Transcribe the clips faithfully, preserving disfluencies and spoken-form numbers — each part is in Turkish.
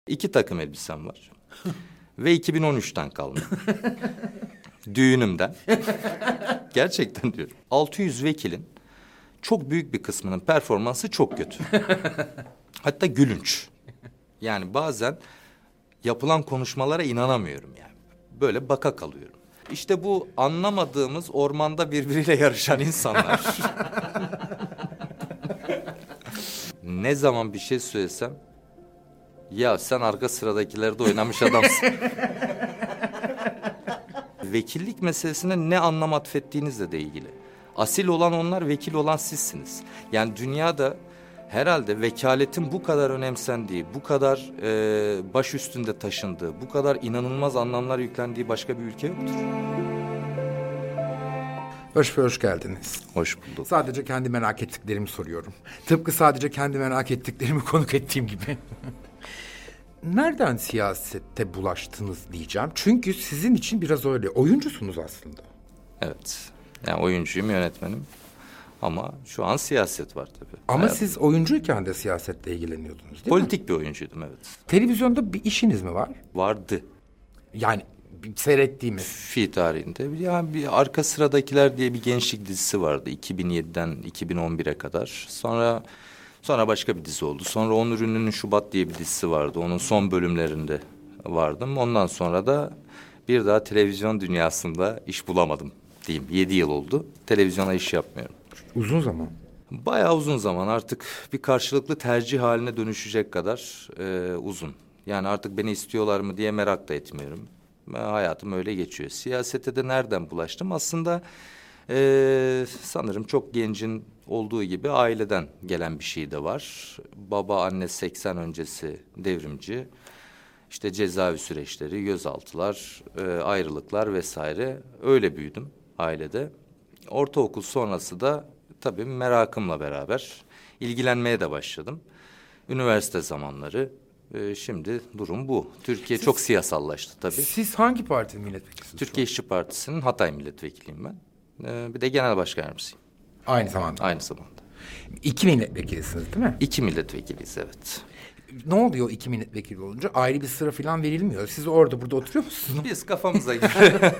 İki takım elbisem var. Ve iki bin on üçten kalma. Düğünümden. Gerçekten diyorum. altı yüz vekilin çok büyük bir kısmının performansı çok kötü. Hatta gülünç. Yani bazen yapılan konuşmalara inanamıyorum yani. Böyle baka kalıyorum. İşte bu anlamadığımız ormanda birbiriyle yarışan insanlar. Ne zaman bir şey söylesem... Ya sen arka sıradakilerde oynamış adamsın. Vekillik meselesine ne anlam atfettiğinizle de ilgili. Asil olan onlar, vekil olan sizsiniz. Yani dünyada herhalde vekaletin bu kadar önemsendiği, bu kadar e, baş üstünde taşındığı, bu kadar inanılmaz anlamlar yüklendiği başka bir ülke yoktur. Hoş hoş geldiniz. Hoş bulduk. Sadece kendi merak ettiklerimi soruyorum. Tıpkı sadece kendi merak ettiklerimi konuk ettiğim gibi. Nereden siyasette bulaştınız diyeceğim. Çünkü sizin için biraz öyle. Oyuncusunuz aslında. Evet. Yani oyuncuyum, yönetmenim. Ama şu an siyaset var tabii. Ama Hayatım. siz oyuncuyken de siyasetle ilgileniyordunuz değil Politik mi? bir oyuncuydum, evet. Televizyonda bir işiniz mi var? Vardı. Yani seyrettiğimiz. Fi tarihinde. Yani bir Arka Sıradakiler diye bir gençlik dizisi vardı. iki bin yediden iki bin on bire kadar. Sonra sonra başka bir dizi oldu. Sonra Onur Ünlü'nün Şubat diye bir dizisi vardı. Onun son bölümlerinde vardım. Ondan sonra da bir daha televizyon dünyasında iş bulamadım diyeyim. Yedi yıl oldu. Televizyona iş yapmıyorum. Uzun zaman. Bayağı uzun zaman, artık bir karşılıklı tercih haline dönüşecek kadar e, uzun. Yani artık beni istiyorlar mı diye merak da etmiyorum. Ben, hayatım öyle geçiyor. Siyasete de nereden bulaştım? Aslında e, sanırım çok gencin olduğu gibi aileden gelen bir şey de var. Baba, anne seksen öncesi devrimci. İşte cezaevi süreçleri, gözaltılar, e, ayrılıklar vesaire. Öyle büyüdüm ailede. Ortaokul sonrası da tabii merakımla beraber ilgilenmeye de başladım. Üniversite zamanları, e, şimdi durum bu. Türkiye Siz- çok siyasallaştı tabii. Siz hangi partinin milletvekilisiniz? Türkiye İşçi Partisi'nin Hatay milletvekiliyim ben. E, bir de genel başkan yardımcısıyım Aynı zamanda. aynı zamanda. İki milletvekilisiniz değil mi? İki milletvekiliyiz, evet. Ne oluyor iki milletvekili olunca? Ayrı bir sıra falan verilmiyor. Siz orada burada oturuyor musunuz? Biz kafamıza göre...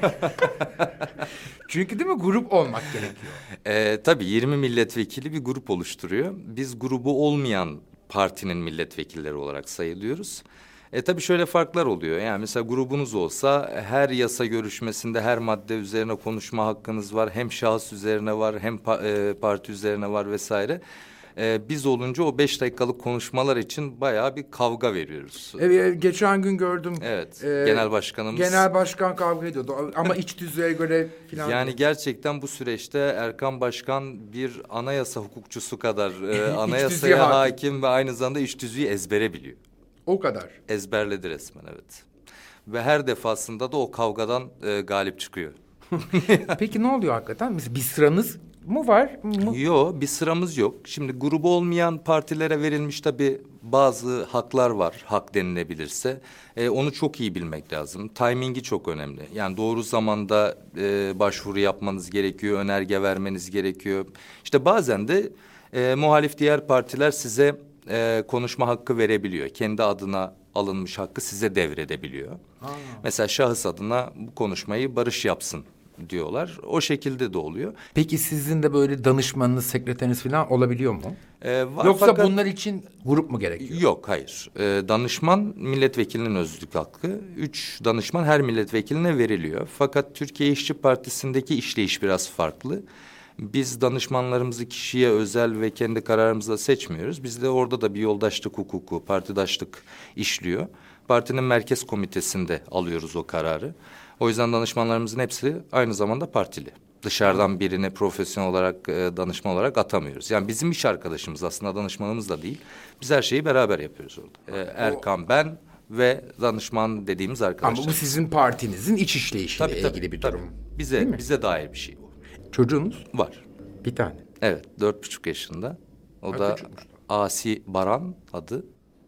Çünkü değil mi grup olmak gerekiyor. Ee, tabii yirmi milletvekili bir grup oluşturuyor. Biz grubu olmayan partinin milletvekilleri olarak sayılıyoruz. E tabii şöyle farklar oluyor. Yani mesela grubunuz olsa her yasa görüşmesinde her madde üzerine konuşma hakkınız var. Hem şahıs üzerine var, hem pa- e, parti üzerine var vesaire. E, biz olunca o beş dakikalık konuşmalar için bayağı bir kavga veriyoruz. Evet, geçen gün gördüm. Evet, Ee, genel başkanımız... Genel başkan kavga ediyordu ama iç düzeye göre falan. Yani gerçekten bu süreçte Erkan Başkan bir anayasa hukukçusu kadar e, anayasaya hakim. hakim ve aynı zamanda iç tüzüğü ezbere biliyor. O kadar. Ezberledi resmen, evet. Ve her defasında da o kavgadan e, galip çıkıyor. Peki ne oluyor hakikaten? Mesela bir sıranız mı var? Mı? Yok, bir sıramız yok. Şimdi grubu olmayan partilere verilmiş tabii bazı haklar var, hak denilebilirse. E, onu çok iyi bilmek lazım. Timingi çok önemli. Yani doğru zamanda e, başvuru yapmanız gerekiyor, önerge vermeniz gerekiyor. İşte bazen de e, muhalif diğer partiler size e, konuşma hakkı verebiliyor. Kendi adına alınmış hakkı size devredebiliyor. Ha. Mesela şahıs adına bu konuşmayı Barış yapsın diyorlar. O şekilde de oluyor. Peki sizin de böyle danışmanınız, sekreteriniz falan olabiliyor mu? Ee, var Yoksa fakat- bunlar için grup mu gerekiyor? Yok, hayır. Ee, danışman milletvekilinin özlük hakkı. Üç danışman her milletvekiline veriliyor. Fakat Türkiye İşçi Partisi'ndeki işleyiş biraz farklı. Biz danışmanlarımızı kişiye özel ve kendi kararımızla seçmiyoruz. Bizde orada da bir yoldaşlık hukuku, partidaşlık işliyor. Partinin merkez komitesinde alıyoruz o kararı. O yüzden danışmanlarımızın hepsi aynı zamanda partili. Dışarıdan birini profesyonel olarak, e, danışman olarak atamıyoruz. Yani bizim iş arkadaşımız, aslında danışmanımız da değil. Biz her şeyi beraber yapıyoruz orada. Ee, Erkan, ben ve danışman dediğimiz arkadaşlar. Ama bu sizin partinizin iç işleyişiyle Tabii, tabii, ilgili bir tabii. durum. Değil Bize, mi? bize dair bir şey bu. Çocuğunuz? Var. Bir tane. Evet, dört buçuk yaşında. O Ha, da küçükmüş. Asi Baran adı.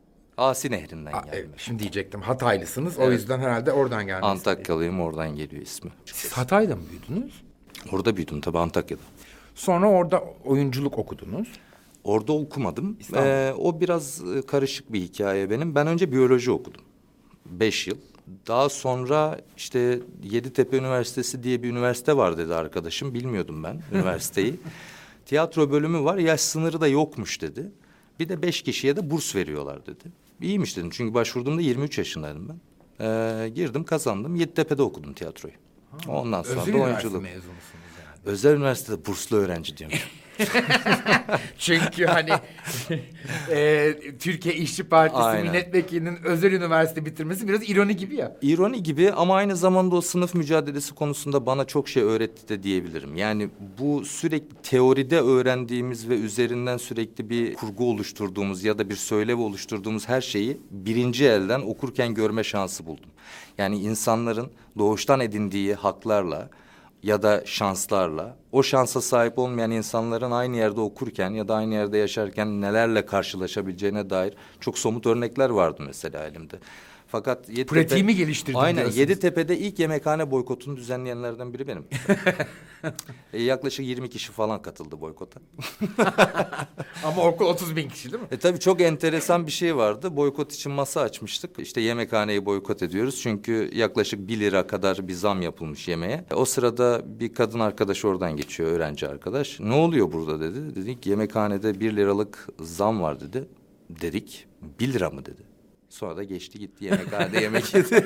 Asi Nehri'nden Aa, gelme. evet, şimdi diyecektim Hataylısınız. O Evet. yüzden herhalde oradan gelmesi. Antakyalıyım, oradan geliyor ismi. Siz Hatay'da mı büyüdünüz? Orada büyüdüm tabii, Antakya'da. Sonra orada oyunculuk okudunuz. Orada okumadım. İstanbul. Ee, o biraz e, karışık bir hikaye benim. Ben önce biyoloji okudum. Beş yıl. Daha sonra işte Yeditepe Üniversitesi diye bir üniversite var dedi arkadaşım. Bilmiyordum ben üniversiteyi. Tiyatro bölümü var, yaş sınırı da yokmuş dedi. Bir de beş kişiye de burs veriyorlar dedi. İyiymiş dedim çünkü başvurduğumda yirmi üç yaşındaydım ben. Ee, girdim, kazandım. Yeditepe'de okudum tiyatroyu. Ondan sonra Özel da üniversite oyunculuk. mezunusunuz yani. Özel üniversitede burslu öğrenci diyormuş. Çünkü hani e, Türkiye İşçi Partisi Aynen. milletvekilinin özel üniversite bitirmesi biraz ironi gibi ya. İroni gibi ama aynı zamanda o sınıf mücadelesi konusunda bana çok şey öğretti de diyebilirim. Yani bu sürekli teoride öğrendiğimiz ve üzerinden sürekli bir kurgu oluşturduğumuz ya da bir söylev oluşturduğumuz her şeyi birinci elden okurken görme şansı buldum. Yani insanların doğuştan edindiği haklarla ya da şanslarla, o şansa sahip olmayan insanların aynı yerde okurken ya da aynı yerde yaşarken nelerle karşılaşabileceğine dair çok somut örnekler vardı mesela elimde. Fakat Yeditepe... Pratiğimi geliştirdim Aynen, diyorsunuz. Yeditepe'de ilk yemekhane boykotunu düzenleyenlerden biri benim. e, yaklaşık yirmi kişi falan katıldı boykota. Ama okul otuz bin kişi değil mi? E tabii çok enteresan bir şey vardı. Boykot için masa açmıştık. İşte yemekhaneyi boykot ediyoruz. Çünkü yaklaşık bir lira kadar bir zam yapılmış yemeğe. O sırada bir kadın arkadaş oradan geçiyor, öğrenci arkadaş. Ne oluyor burada dedi. Dedik yemekhanede bir liralık zam var dedi. Dedik bir lira mı dedi. Sonra da geçti gitti yemekhanede yemek yedi.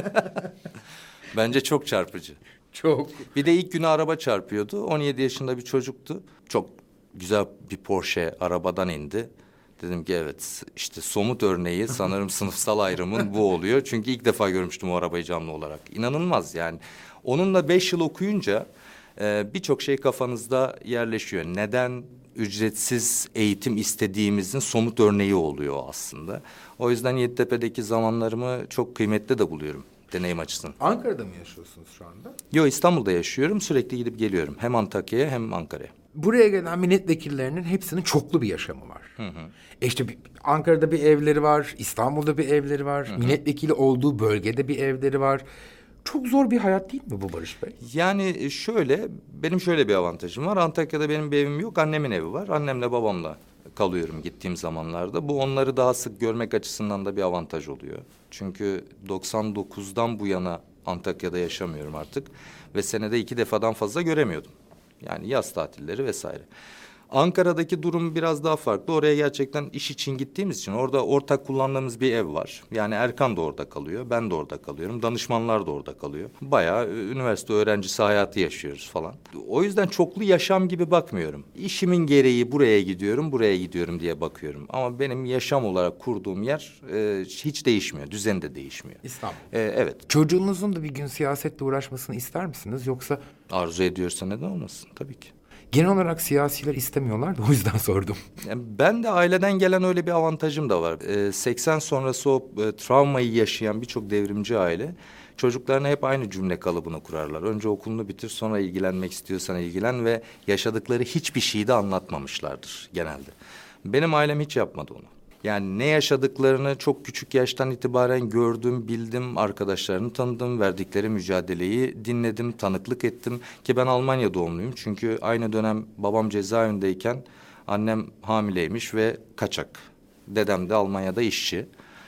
Bence çok çarpıcı. Çok. Bir de ilk günü araba çarpıyordu. on yedi yaşında bir çocuktu. Çok güzel bir Porsche arabadan indi. Dedim ki evet, işte somut örneği sanırım sınıfsal ayrımın bu oluyor. Çünkü ilk defa görmüştüm o arabayı canlı olarak. İnanılmaz yani. Onunla beş yıl okuyunca e, birçok şey kafanızda yerleşiyor. Neden ücretsiz eğitim istediğimizin somut örneği oluyor aslında. O yüzden Yeditepe'deki zamanlarımı çok kıymetli de buluyorum deneyim açısından. Ankara'da mı yaşıyorsunuz şu anda? Yo, İstanbul'da yaşıyorum. Sürekli gidip geliyorum. Hem Antakya'ya hem Ankara'ya. Buraya gelen milletvekillerinin hepsinin çoklu bir yaşamı var. Hı hı. E işte bir- Ankara'da bir evleri var, İstanbul'da bir evleri var, Hı hı. milletvekili olduğu bölgede bir evleri var. Çok zor bir hayat değil mi bu Barış Bey? Yani şöyle, benim şöyle bir avantajım var. Antakya'da benim bir evim yok, annemin evi var. Annemle babamla kalıyorum gittiğim zamanlarda. Bu onları daha sık görmek açısından da bir avantaj oluyor. Çünkü doksan dokuzdan bu yana Antakya'da yaşamıyorum artık. Ve senede iki defadan fazla göremiyordum. Yani yaz tatilleri vesaire. Ankara'daki durum biraz daha farklı. Oraya gerçekten iş için gittiğimiz için orada ortak kullandığımız bir ev var. Yani Erkan da orada kalıyor, ben de orada kalıyorum. Danışmanlar da orada kalıyor. Bayağı e, üniversite öğrencisi hayatı yaşıyoruz falan. O yüzden çoklu yaşam gibi bakmıyorum. İşimin gereği buraya gidiyorum, buraya gidiyorum diye bakıyorum. Ama benim yaşam olarak kurduğum yer e, hiç değişmiyor, düzen de değişmiyor. İstanbul. E, evet, Çocuğunuzun da bir gün siyasetle uğraşmasını ister misiniz? Yoksa arzu ediyorsa neden olmasın tabii ki. genel olarak siyasiler istemiyorlar da o yüzden sordum. Yani ben de aileden gelen öyle bir avantajım da var. Ee, seksen sonrası o e, travmayı yaşayan birçok devrimci aile çocuklarına hep aynı cümle kalıbını kurarlar. Önce okulunu bitir, sonra ilgilenmek istiyorsan ilgilen ve yaşadıkları hiçbir şeyi de anlatmamışlardır genelde. Benim ailem hiç yapmadı onu. Yani ne yaşadıklarını çok küçük yaştan itibaren gördüm, bildim, arkadaşlarını tanıdım, verdikleri mücadeleyi dinledim, tanıklık ettim. Ki ben Almanya doğumluyum çünkü aynı dönem babam cezaevindeyken annem hamileymiş ve kaçak. Dedem de Almanya'da işçi.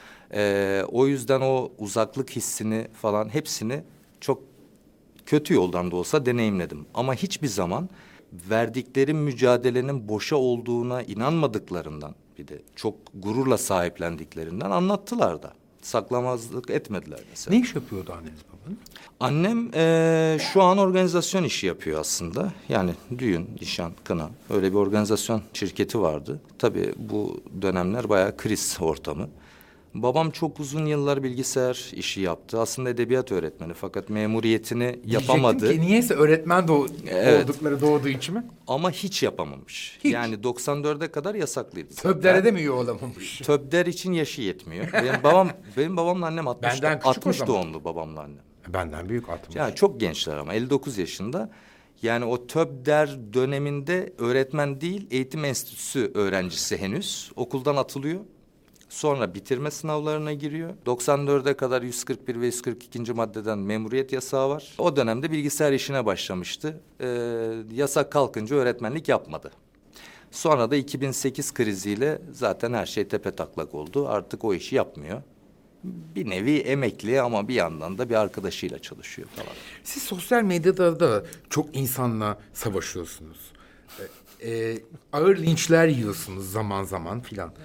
Ee, o yüzden o uzaklık hissini falan hepsini çok kötü yoldan da olsa deneyimledim. Ama hiçbir zaman verdikleri mücadelenin boşa olduğuna inanmadıklarından, bir de çok gururla sahiplendiklerinden anlattılar da. Saklamazlık etmediler mesela. Ne iş yapıyordu anneniz babanız? Annem eee, şu an organizasyon işi yapıyor aslında. Yani düğün, nişan, kına, öyle bir organizasyon şirketi vardı. Tabii bu dönemler bayağı kriz ortamı. Babam çok uzun yıllar bilgisayar işi yaptı. Aslında edebiyat öğretmeni fakat memuriyetini yapamadı. Diyecektim ki niyeyse öğretmen doğ Evet. oldukları doğduğu için mi? Ama hiç yapamamış. Hiç. Yani doksan dörde kadar yasaklıydı. zaten. Töblere de mi üye olamamış? Töbder için yaşı yetmiyor. Benim babam, benim babamla annem altmış, Benden küçük o altmış zaman. doğumlu babamla annem. Benden büyük altmış. Yani çok gençler ama elli dokuz yaşında. Yani o töbder döneminde öğretmen değil, eğitim enstitüsü öğrencisi henüz. Okuldan atılıyor. Sonra bitirme sınavlarına giriyor. doksan dörde kadar yüz kırk bir ve yüz kırk ikinci maddeden memuriyet yasağı var. O dönemde bilgisayar işine başlamıştı. Ee, yasak kalkınca öğretmenlik yapmadı. Sonra da iki bin sekiz kriziyle zaten her şey tepetaklak oldu. Artık o işi yapmıyor. Bir nevi emekli ama bir yandan da bir arkadaşıyla çalışıyor falan. Siz sosyal medyada da çok insanla savaşıyorsunuz. Ee, e, ağır linçler yiyorsunuz zaman zaman filan.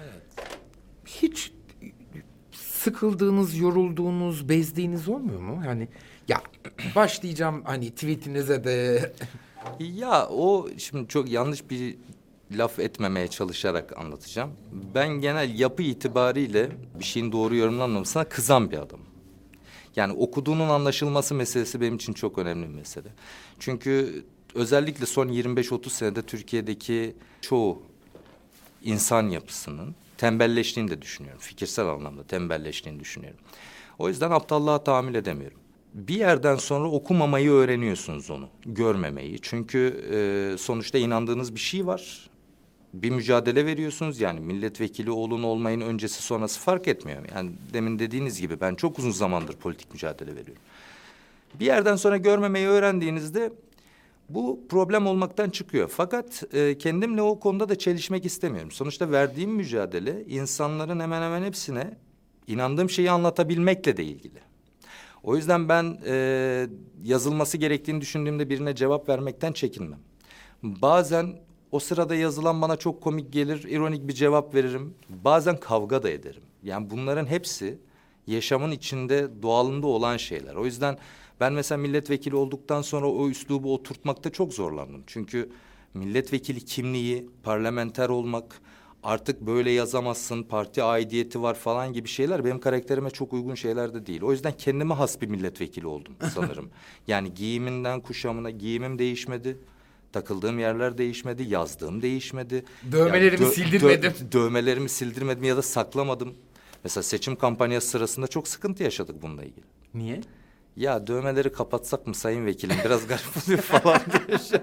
Hiç sıkıldığınız, yorulduğunuz, bezdiğiniz olmuyor mu? Yani ya başlayacağım hani tweetinize de... Ya o şimdi çok yanlış bir laf etmemeye çalışarak anlatacağım. Ben genel yapı itibariyle bir şeyin doğru yorumlanmamasına kızan bir adamım. Yani okuduğunun anlaşılması meselesi benim için çok önemli bir mesele. Çünkü özellikle son yirmi beş otuz senede Türkiye'deki çoğu insan yapısının tembelleştiğini de düşünüyorum. Fikirsel anlamda tembelleştiğini düşünüyorum. O yüzden aptallığa tahammül edemiyorum. Bir yerden sonra okumamayı öğreniyorsunuz onu, görmemeyi. Çünkü e, sonuçta inandığınız bir şey var. Bir mücadele veriyorsunuz. Yani milletvekili olun olmayın öncesi sonrası fark etmiyor. Yani demin dediğiniz gibi ben çok uzun zamandır politik mücadele veriyorum. Bir yerden sonra görmemeyi öğrendiğinizde bu problem olmaktan çıkıyor. Fakat e, kendimle o konuda da çelişmek istemiyorum. Sonuçta verdiğim mücadele insanların hemen hemen hepsine inandığım şeyi anlatabilmekle de ilgili. O yüzden ben e, yazılması gerektiğini düşündüğümde birine cevap vermekten çekinmem. Bazen o sırada yazılan bana çok komik gelir, ironik bir cevap veririm. Bazen kavga da ederim. Yani bunların hepsi yaşamın içinde, doğalında olan şeyler. O yüzden ben mesela milletvekili olduktan sonra o üslubu oturtmakta çok zorlandım. Çünkü milletvekili kimliği, parlamenter olmak, artık böyle yazamazsın, parti aidiyeti var falan gibi şeyler benim karakterime çok uygun şeyler de değil. O yüzden kendime has bir milletvekili oldum sanırım. Yani giyiminden kuşamına giyimim değişmedi. Takıldığım yerler değişmedi, yazdığım değişmedi. Dövmelerimi Yani dö- sildirmedim. dö- dövmelerimi sildirmedim ya da saklamadım. Mesela seçim kampanyası sırasında çok sıkıntı yaşadık bununla ilgili. Niye? Ya dövmeleri kapatsak mı sayın vekilim biraz garip oluyor falan diye. şey.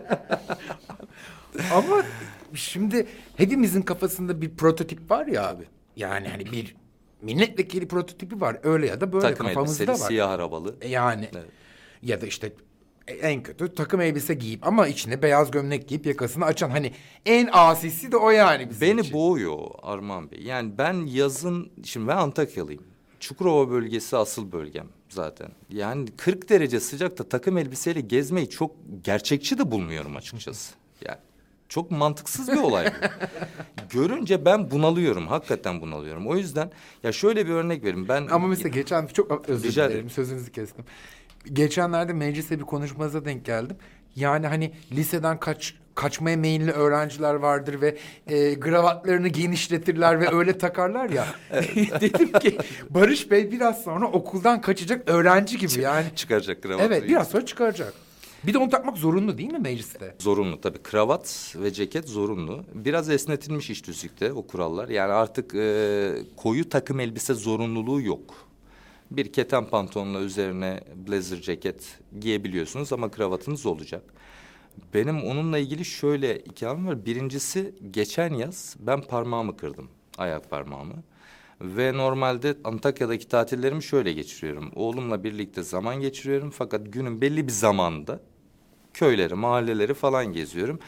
Ama şimdi hepimizin kafasında bir prototip var ya abi. Yani hani bir milletvekili prototipi var. Öyle ya da böyle Takım kafamızda elbiseli, var. siyah arabalı. E Yani Evet. ya da işte en kötü takım elbise giyip ama içine beyaz gömlek giyip yakasını açan hani en asisi de o yani bizim Beni için. boğuyor Armağan Bey. Yani ben yazın, şimdi ben Antakyalıyım. Çukurova bölgesi asıl bölgem zaten. Yani kırk derece sıcakta takım elbiseyle gezmeyi çok gerçekçi de bulmuyorum açıkçası. Yani çok mantıksız bir olay bu. Görünce ben bunalıyorum, hakikaten bunalıyorum. O yüzden ya şöyle bir örnek vereyim. Ben Ama mesela geçen çok özür Rica dilerim ederim. sözünüzü kestim. Geçenlerde mecliste bir konuşmanıza denk geldim. Yani hani liseden kaç kaçmaya meyilli öğrenciler vardır ve e, gravatlarını genişletirler ve öyle takarlar ya. Dedim ki Barış Bey biraz sonra okuldan kaçacak öğrenci gibi yani. çıkaracak kravatı. Evet biraz sonra çıkaracak. Bir de onu takmak zorunlu değil mi mecliste? Zorunlu tabii. Kravat ve ceket zorunlu. Biraz esnetilmiş iş tüzükte o kurallar. Yani artık e, koyu takım elbise zorunluluğu yok. Bir keten pantolonla üzerine blazer ceket giyebiliyorsunuz ama kravatınız olacak. Benim onunla ilgili şöyle iki anım var. Birincisi geçen yaz ben parmağımı kırdım. Ayak parmağımı. Ve normalde Antakya'daki tatillerimi şöyle geçiriyorum. Oğlumla birlikte zaman geçiriyorum. Fakat günün belli bir zamanında köyleri, mahalleleri falan geziyorum.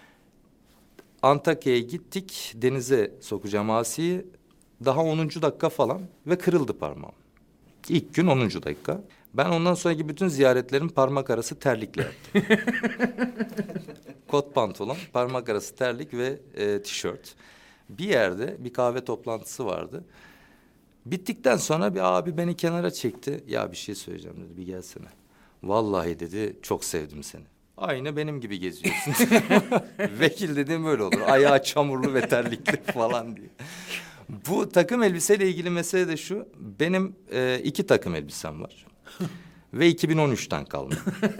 Antakya'ya gittik. Denize sokacağım Asiye'yi. Daha onuncu dakika falan ve kırıldı parmağım. İlk gün onuncu dakika. Ben ondan sonraki bütün ziyaretlerimi parmak arası terlikle yaptım. Kot pantolon, parmak arası terlik ve e, tişört. Bir yerde bir kahve toplantısı vardı. Bittikten sonra bir abi beni kenara çekti. Ya bir şey söyleyeceğim dedi, bir gelsene. Vallahi dedi, çok sevdim seni. Aynı benim gibi geziyorsun. Vekil dediğim böyle olur. Ayağı çamurlu ve terlikli falan diye. Bu takım elbiseyle ilgili mesele de şu. Benim e, iki takım elbisem var. Ve iki bin on üçten kalma.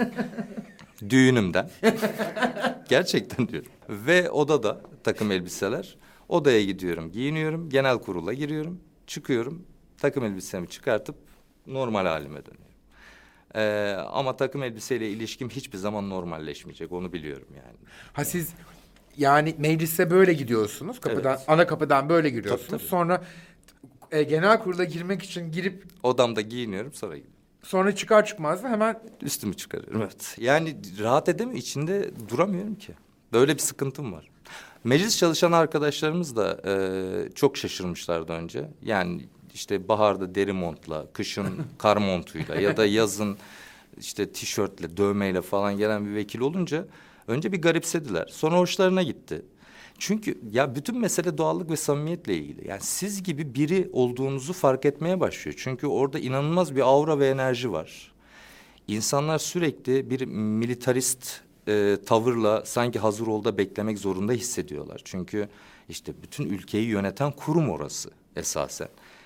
Düğünümden. Gerçekten diyorum. Ve odada takım elbiseler. Odaya gidiyorum, giyiniyorum. Genel kurula giriyorum. Çıkıyorum. Takım elbisemi çıkartıp normal halime dönüyorum. Ee, ama takım elbiseyle ilişkim hiçbir zaman normalleşmeyecek. Onu biliyorum yani. Ha siz yani meclise böyle gidiyorsunuz. Kapıdan Evet. ana kapıdan böyle giriyorsunuz. Tabii, tabii. Sonra e, genel kurula girmek için girip Odamda giyiniyorum, sonra gidiyorum. sonra çıkar çıkmaz da hemen Üstümü çıkarıyorum, evet. Yani rahat edemiyorum, içinde duramıyorum ki. Böyle bir sıkıntım var. Meclis çalışan arkadaşlarımız da e, çok şaşırmışlardı önce. Yani işte baharda deri montla, kışın kar montuyla ya da yazın işte tişörtle, dövmeyle falan gelen bir vekil olunca önce bir garipsediler. Sonra hoşlarına gitti. Çünkü ya bütün mesele doğallık ve samimiyetle ilgili. Yani siz gibi biri olduğunuzu fark etmeye başlıyor. Çünkü orada inanılmaz bir aura ve enerji var. İnsanlar sürekli bir militarist e, tavırla sanki hazır ol da beklemek zorunda hissediyorlar. Çünkü işte bütün ülkeyi yöneten kurum orası esasen.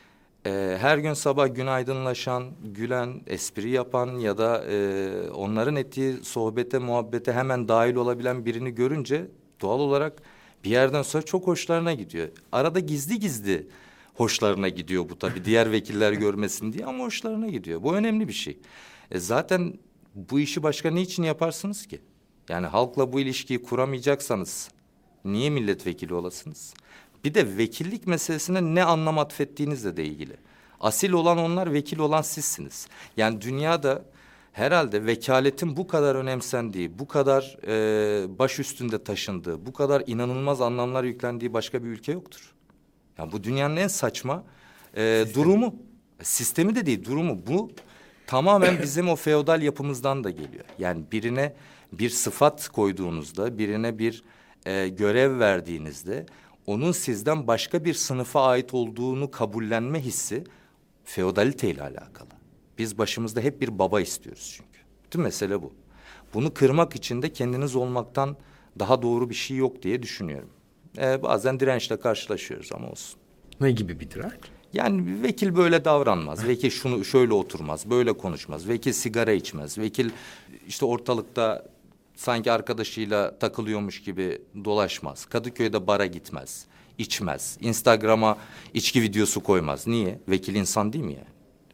E, her gün sabah günaydınlaşan, gülen, espri yapan ya da e, onların ettiği sohbete, muhabbete hemen dahil olabilen birini görünce doğal olarak bir yerden sonra çok hoşlarına gidiyor. Arada gizli gizli hoşlarına gidiyor bu tabii diğer vekiller görmesin diye ama hoşlarına gidiyor. Bu önemli bir şey. E zaten bu işi başka ne için yaparsınız ki? Yani halkla bu ilişkiyi kuramayacaksanız niye milletvekili olasınız? Bir de vekillik meselesine ne anlam atfettiğinizle de ilgili. Asil olan onlar, vekil olan sizsiniz. Yani dünyada herhalde vekaletin bu kadar önemsendiği, bu kadar e, baş üstünde taşındığı, bu kadar inanılmaz anlamlar yüklendiği başka bir ülke yoktur. Yani bu dünyanın en saçma e, durumu. Sistemi de değil, durumu. Bu tamamen bizim o feodal yapımızdan da geliyor. Yani birine bir sıfat koyduğunuzda, birine bir e, görev verdiğinizde onun sizden başka bir sınıfa ait olduğunu kabullenme hissi feodaliteyle alakalı. Biz başımızda hep bir baba istiyoruz çünkü. Bütün mesele bu. Bunu kırmak için de kendiniz olmaktan daha doğru bir şey yok diye düşünüyorum. Ee, bazen dirençle karşılaşıyoruz ama olsun. Ne gibi bir direnç? Yani vekil böyle davranmaz. Vekil şunu şöyle oturmaz, böyle konuşmaz. Vekil sigara içmez. Vekil işte ortalıkta sanki arkadaşıyla takılıyormuş gibi dolaşmaz. Kadıköy'de bara gitmez, içmez. Instagram'a içki videosu koymaz. Niye? Vekil insan değil mi yani?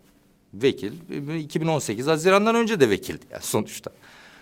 Vekil iki bin on sekiz Haziran'dan önce de vekildi yani sonuçta.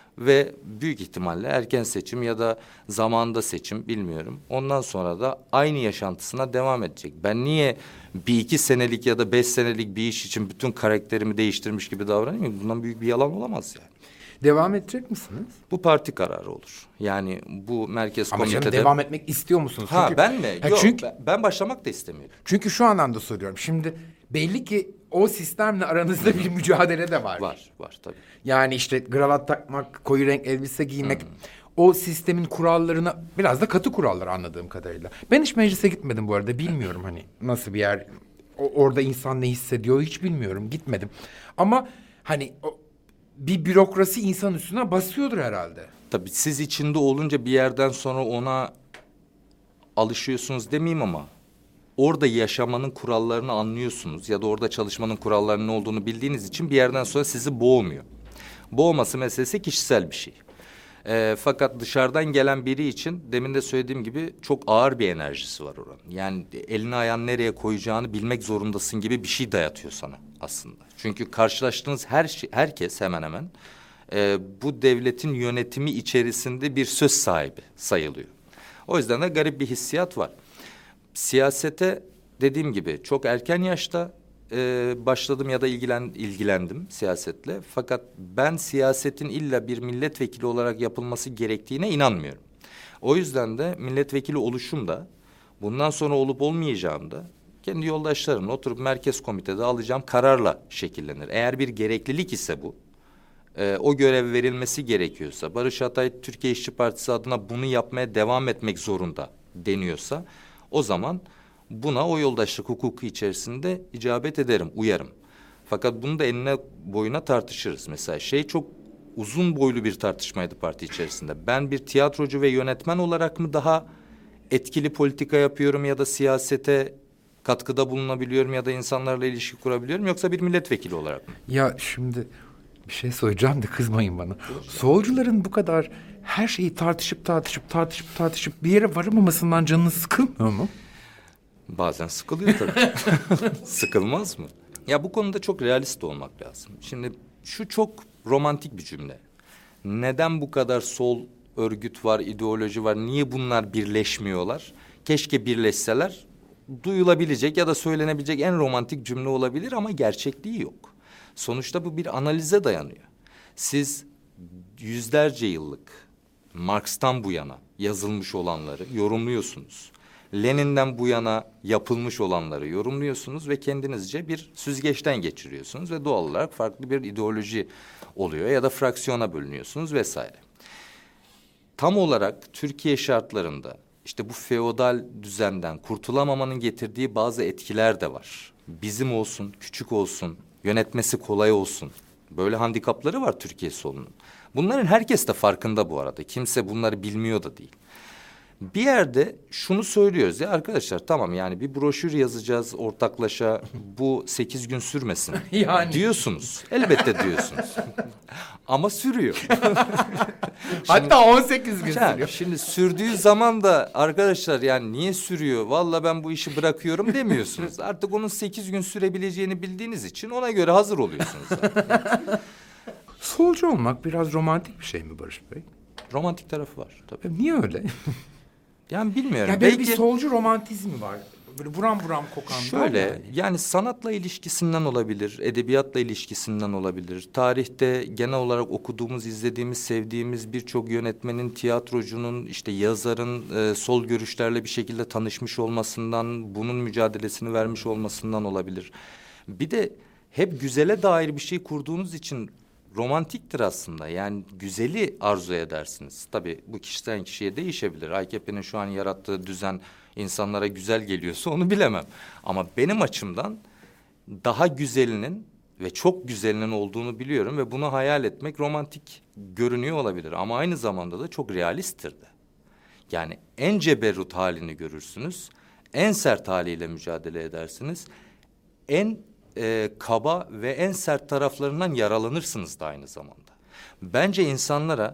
Ve büyük ihtimalle erken seçim ya da zamanında seçim bilmiyorum. Ondan sonra da aynı yaşantısına devam edecek. Ben niye bir iki senelik ya da beş senelik bir iş için bütün karakterimi değiştirmiş gibi davranayım? Bundan büyük bir yalan olamaz yani. Devam edecek misiniz? Bu parti kararı olur. Yani bu merkez Ama komitede... canım devam etmek istiyor musunuz? Ha Çünkü, ben mi? Ha, Yok çünkü, ben, ben başlamak da istemiyorum. çünkü şu anlamda soruyorum. Şimdi belli ki o sistemle aranızda bir mücadele de var. Var, var tabii. Yani işte kravat takmak, koyu renk elbise giymek... O sistemin kurallarına biraz da katı kurallar anladığım kadarıyla. Ben hiç meclise gitmedim bu arada. Bilmiyorum hani nasıl bir yer. O, orada insan ne hissediyor hiç bilmiyorum. Gitmedim. Ama hani o, bir bürokrasi insan üstüne basıyordur herhalde. Tabii siz içinde olunca bir yerden sonra ona alışıyorsunuz demeyeyim ama... Orada yaşamanın kurallarını anlıyorsunuz ya da orada çalışmanın kurallarının ne olduğunu bildiğiniz için bir yerden sonra sizi boğmuyor. Boğması meselesi kişisel bir şey. E, fakat dışarıdan gelen biri için demin de söylediğim gibi çok ağır bir enerjisi var oranın. Yani elini ayağını nereye koyacağını bilmek zorundasın gibi bir şey dayatıyor sana aslında. Çünkü karşılaştığınız her şey, herkes hemen hemen e, bu devletin yönetimi içerisinde bir söz sahibi sayılıyor. O yüzden de garip bir hissiyat var. Siyasete dediğim gibi çok erken yaşta e, başladım ya da ilgilen, ilgilendim siyasetle. Fakat ben siyasetin illa bir milletvekili olarak yapılması gerektiğine inanmıyorum. O yüzden de milletvekili oluşum da bundan sonra olup olmayacağım da kendi yoldaşlarımla oturup merkez komitede alacağım kararla şekillenir. Eğer bir gereklilik ise bu, e, o görev verilmesi gerekiyorsa, Barış Atay Türkiye İşçi Partisi adına bunu yapmaya devam etmek zorunda deniyorsa... O zaman buna o yoldaşlık hukuku içerisinde icabet ederim, uyarım. Fakat bunu da enine boyuna tartışırız. Mesela şey çok uzun boylu bir tartışmaydı parti içerisinde. Ben bir tiyatrocu ve yönetmen olarak mı daha etkili politika yapıyorum ya da siyasete katkıda bulunabiliyorum ya da insanlarla ilişki kurabiliyorum yoksa bir milletvekili olarak mı? Ya şimdi bir şey söyleyeceğim de kızmayın bana. Solcuların bu kadar her şeyi tartışıp tartışıp tartışıp tartışıp bir yere varamamasından canınız sıkılmıyor mu? Bazen sıkılıyor tabii. Sıkılmaz mı? Ya bu konuda çok realist olmak lazım. Şimdi şu çok romantik bir cümle. Neden bu kadar sol örgüt var, ideoloji var? Niye bunlar birleşmiyorlar? Keşke birleşseler duyulabilecek ya da söylenebilecek en romantik cümle olabilir ama gerçekliği yok. Sonuçta bu bir analize dayanıyor. Siz yüzlerce yıllık Marx'tan bu yana yazılmış olanları yorumluyorsunuz. Lenin'den bu yana yapılmış olanları yorumluyorsunuz ve kendinizce bir süzgeçten geçiriyorsunuz ve doğal olarak farklı bir ideoloji oluyor ya da fraksiyona bölünüyorsunuz vesaire. Tam olarak Türkiye şartlarında işte bu feodal düzenden kurtulamamanın getirdiği bazı etkiler de var. Bizim olsun, küçük olsun, yönetmesi kolay olsun. Böyle handikapları var Türkiye solunun. Bunların herkes de farkında bu arada. Kimse bunları bilmiyor da değil. Bir yerde şunu söylüyoruz ya arkadaşlar, tamam yani bir broşür yazacağız ortaklaşa, bu sekiz gün sürmesin Yani. diyorsunuz. Elbette diyorsunuz. Ama sürüyor. Hatta on sekiz gün Yani sürüyor. şimdi sürdüğü zaman da arkadaşlar yani niye sürüyor? Vallahi ben bu işi bırakıyorum demiyorsunuz. Artık onun sekiz gün sürebileceğini bildiğiniz için ona göre hazır oluyorsunuz zaten. Solcu olmak biraz romantik bir şey mi Barış Bey? Romantik tarafı var tabii. E, Niye öyle? Yani bilmiyorum. Ya böyle Belki bir solcu romantizmi var. Böyle buram buram kokan. şöyle yani. yani sanatla ilişkisinden olabilir, edebiyatla ilişkisinden olabilir. Tarihte genel olarak okuduğumuz, izlediğimiz, sevdiğimiz birçok yönetmenin, tiyatrocunun, işte yazarın e, sol görüşlerle bir şekilde tanışmış olmasından, bunun mücadelesini vermiş olmasından olabilir. Bir de hep güzele dair bir şey kurduğunuz için romantiktir aslında. Yani güzeli arzu edersiniz. Tabii bu kişiden kişiye değişebilir. A K P'nin şu an yarattığı düzen insanlara güzel geliyorsa onu bilemem. Ama benim açımdan daha güzelinin ve çok güzelinin olduğunu biliyorum ve bunu hayal etmek romantik görünüyor olabilir. Ama aynı zamanda da çok realisttir de. Yani en ceberrut halini görürsünüz, en sert haliyle mücadele edersiniz, en e, kaba ve en sert taraflarından yaralanırsınız da aynı zamanda. Bence insanlara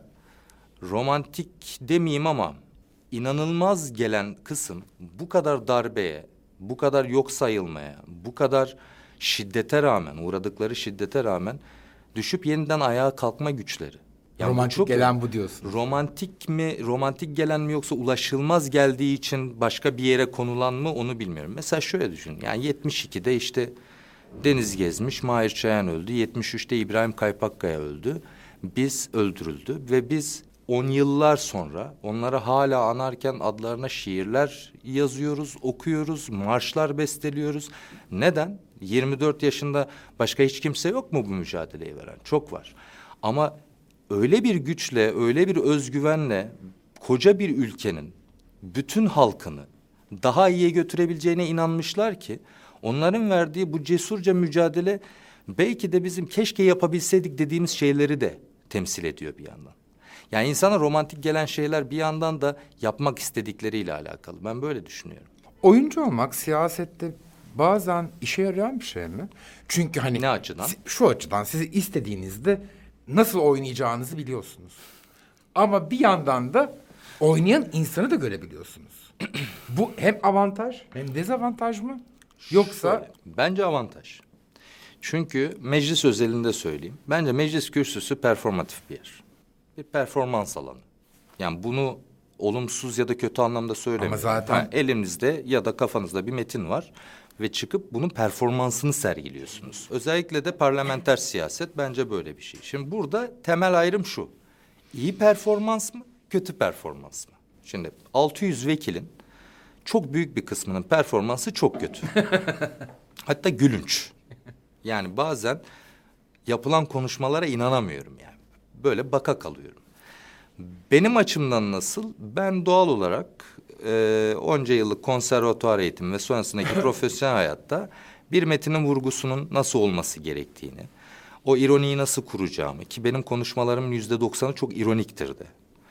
romantik demeyeyim ama inanılmaz gelen kısım bu kadar darbeye, bu kadar yok sayılmaya, bu kadar şiddete rağmen, uğradıkları şiddete rağmen düşüp yeniden ayağa kalkma güçleri. Yani bu Romantik çok- gelen bu diyorsun. Romantik mi, romantik gelen mi yoksa ulaşılmaz geldiği için başka bir yere konulan mı onu bilmiyorum. Mesela şöyle düşün. Yani yetmiş ikide işte Deniz Gezmiş, Mahir Çayan öldü. yetmiş üçte İbrahim Kaypakkaya öldü. Biz öldürüldü ve biz on yıllar sonra onları hala anarken adlarına şiirler yazıyoruz, okuyoruz, marşlar besteliyoruz. Neden? yirmi dört yaşında başka hiç kimse yok mu bu mücadeleyi veren? Çok var. Ama öyle bir güçle, öyle bir özgüvenle koca bir ülkenin bütün halkını daha iyiye götürebileceğine inanmışlar ki onların verdiği bu cesurca mücadele belki de bizim keşke yapabilseydik dediğimiz şeyleri de temsil ediyor bir yandan. Yani insana romantik gelen şeyler bir yandan da yapmak istedikleriyle alakalı. Ben böyle düşünüyorum. Oyuncu olmak siyasette bazen işe yarayan bir şey mi? Çünkü hani Ne açıdan? si- şu açıdan sizi istediğinizde nasıl oynayacağınızı biliyorsunuz. Ama bir yandan da oynayan insanı da görebiliyorsunuz. Bu hem avantaj hem dezavantaj mı? Yoksa Şöyle, bence avantaj. Çünkü meclis özelinde söyleyeyim. Bence meclis kürsüsü performatif bir yer. Bir performans alanı. Yani bunu olumsuz ya da kötü anlamda söylemiyorum. Ama zaten- Ha, elinizde ya da kafanızda bir metin var ve çıkıp bunun performansını sergiliyorsunuz. Özellikle de parlamenter siyaset bence böyle bir şey. Şimdi burada temel ayrım şu. İyi performans mı, kötü performans mı? Şimdi altı yüz vekilin çok büyük bir kısmının performansı çok kötü. Hatta gülünç. Yani bazen yapılan konuşmalara inanamıyorum yani. Böyle baka kalıyorum. Benim açımdan nasıl? Ben doğal olarak e, onca yıllık konservatuvar eğitimi ve sonrasındaki profesyonel hayatta bir metinin vurgusunun nasıl olması gerektiğini, o ironiyi nasıl kuracağımı ki benim konuşmalarımın yüzde doksanı çok ironiktir de.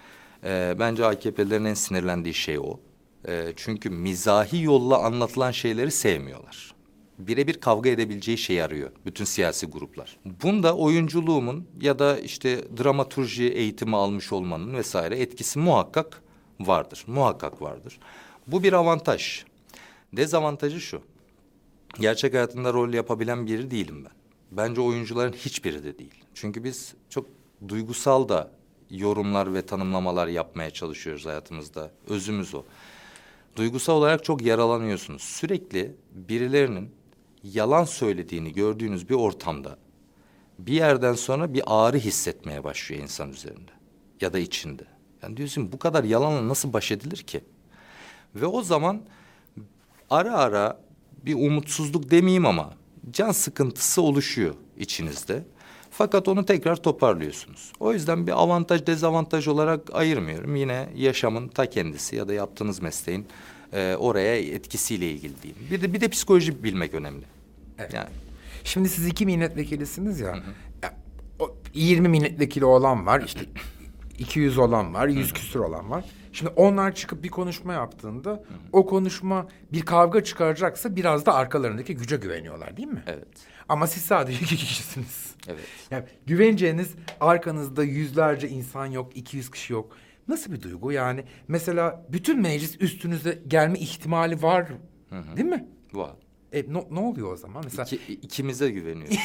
E, bence A K P'lilerin en sinirlendiği şey o. E, çünkü mizahi yolla anlatılan şeyleri sevmiyorlar. Birebir kavga edebileceği şeyi arıyor bütün siyasi gruplar. Bunda oyunculuğumun ya da işte dramaturji eğitimi almış olmanın vesaire etkisi muhakkak vardır. Muhakkak vardır. Bu bir avantaj. Dezavantajı şu. Gerçek hayatında rol yapabilen biri değilim ben. Bence oyuncuların hiçbiri de değil. Çünkü biz çok duygusal da yorumlar ve tanımlamalar yapmaya çalışıyoruz hayatımızda. Özümüz o. Duygusal olarak çok yaralanıyorsunuz. Sürekli birilerinin yalan söylediğini gördüğünüz bir ortamda bir yerden sonra bir ağrı hissetmeye başlıyor insan üzerinde ya da içinde. Yani diyorsun bu kadar yalanla nasıl baş edilir ki? Ve o zaman ara ara bir umutsuzluk demeyeyim ama can sıkıntısı oluşuyor içinizde. Fakat onu tekrar toparlıyorsunuz. O yüzden bir avantaj dezavantaj olarak ayırmıyorum. Yine yaşamın ta kendisi ya da yaptığınız mesleğin e, oraya etkisiyle ilgili diyeyim. Bir de bir de psikoloji bilmek önemli. Evet. Yani Şimdi siz iki milletvekilisiniz ya. ya o yirmi milletvekili olan var, işte iki yüz olan var, yüz küsur olan var. Şimdi onlar çıkıp bir konuşma yaptığında o konuşma bir kavga çıkaracaksa biraz da arkalarındaki güce güveniyorlar değil mi? evet. Ama siz sadece iki kişisiniz. Evet. Yani güveneceğiniz arkanızda yüzlerce insan yok, iki yüz kişi yok. Nasıl bir duygu yani? Mesela bütün meclis üstünüze gelme ihtimali var, değil mi? Var. E, no, ne oluyor o zaman? Mesela İki, ikimize güveniyoruz.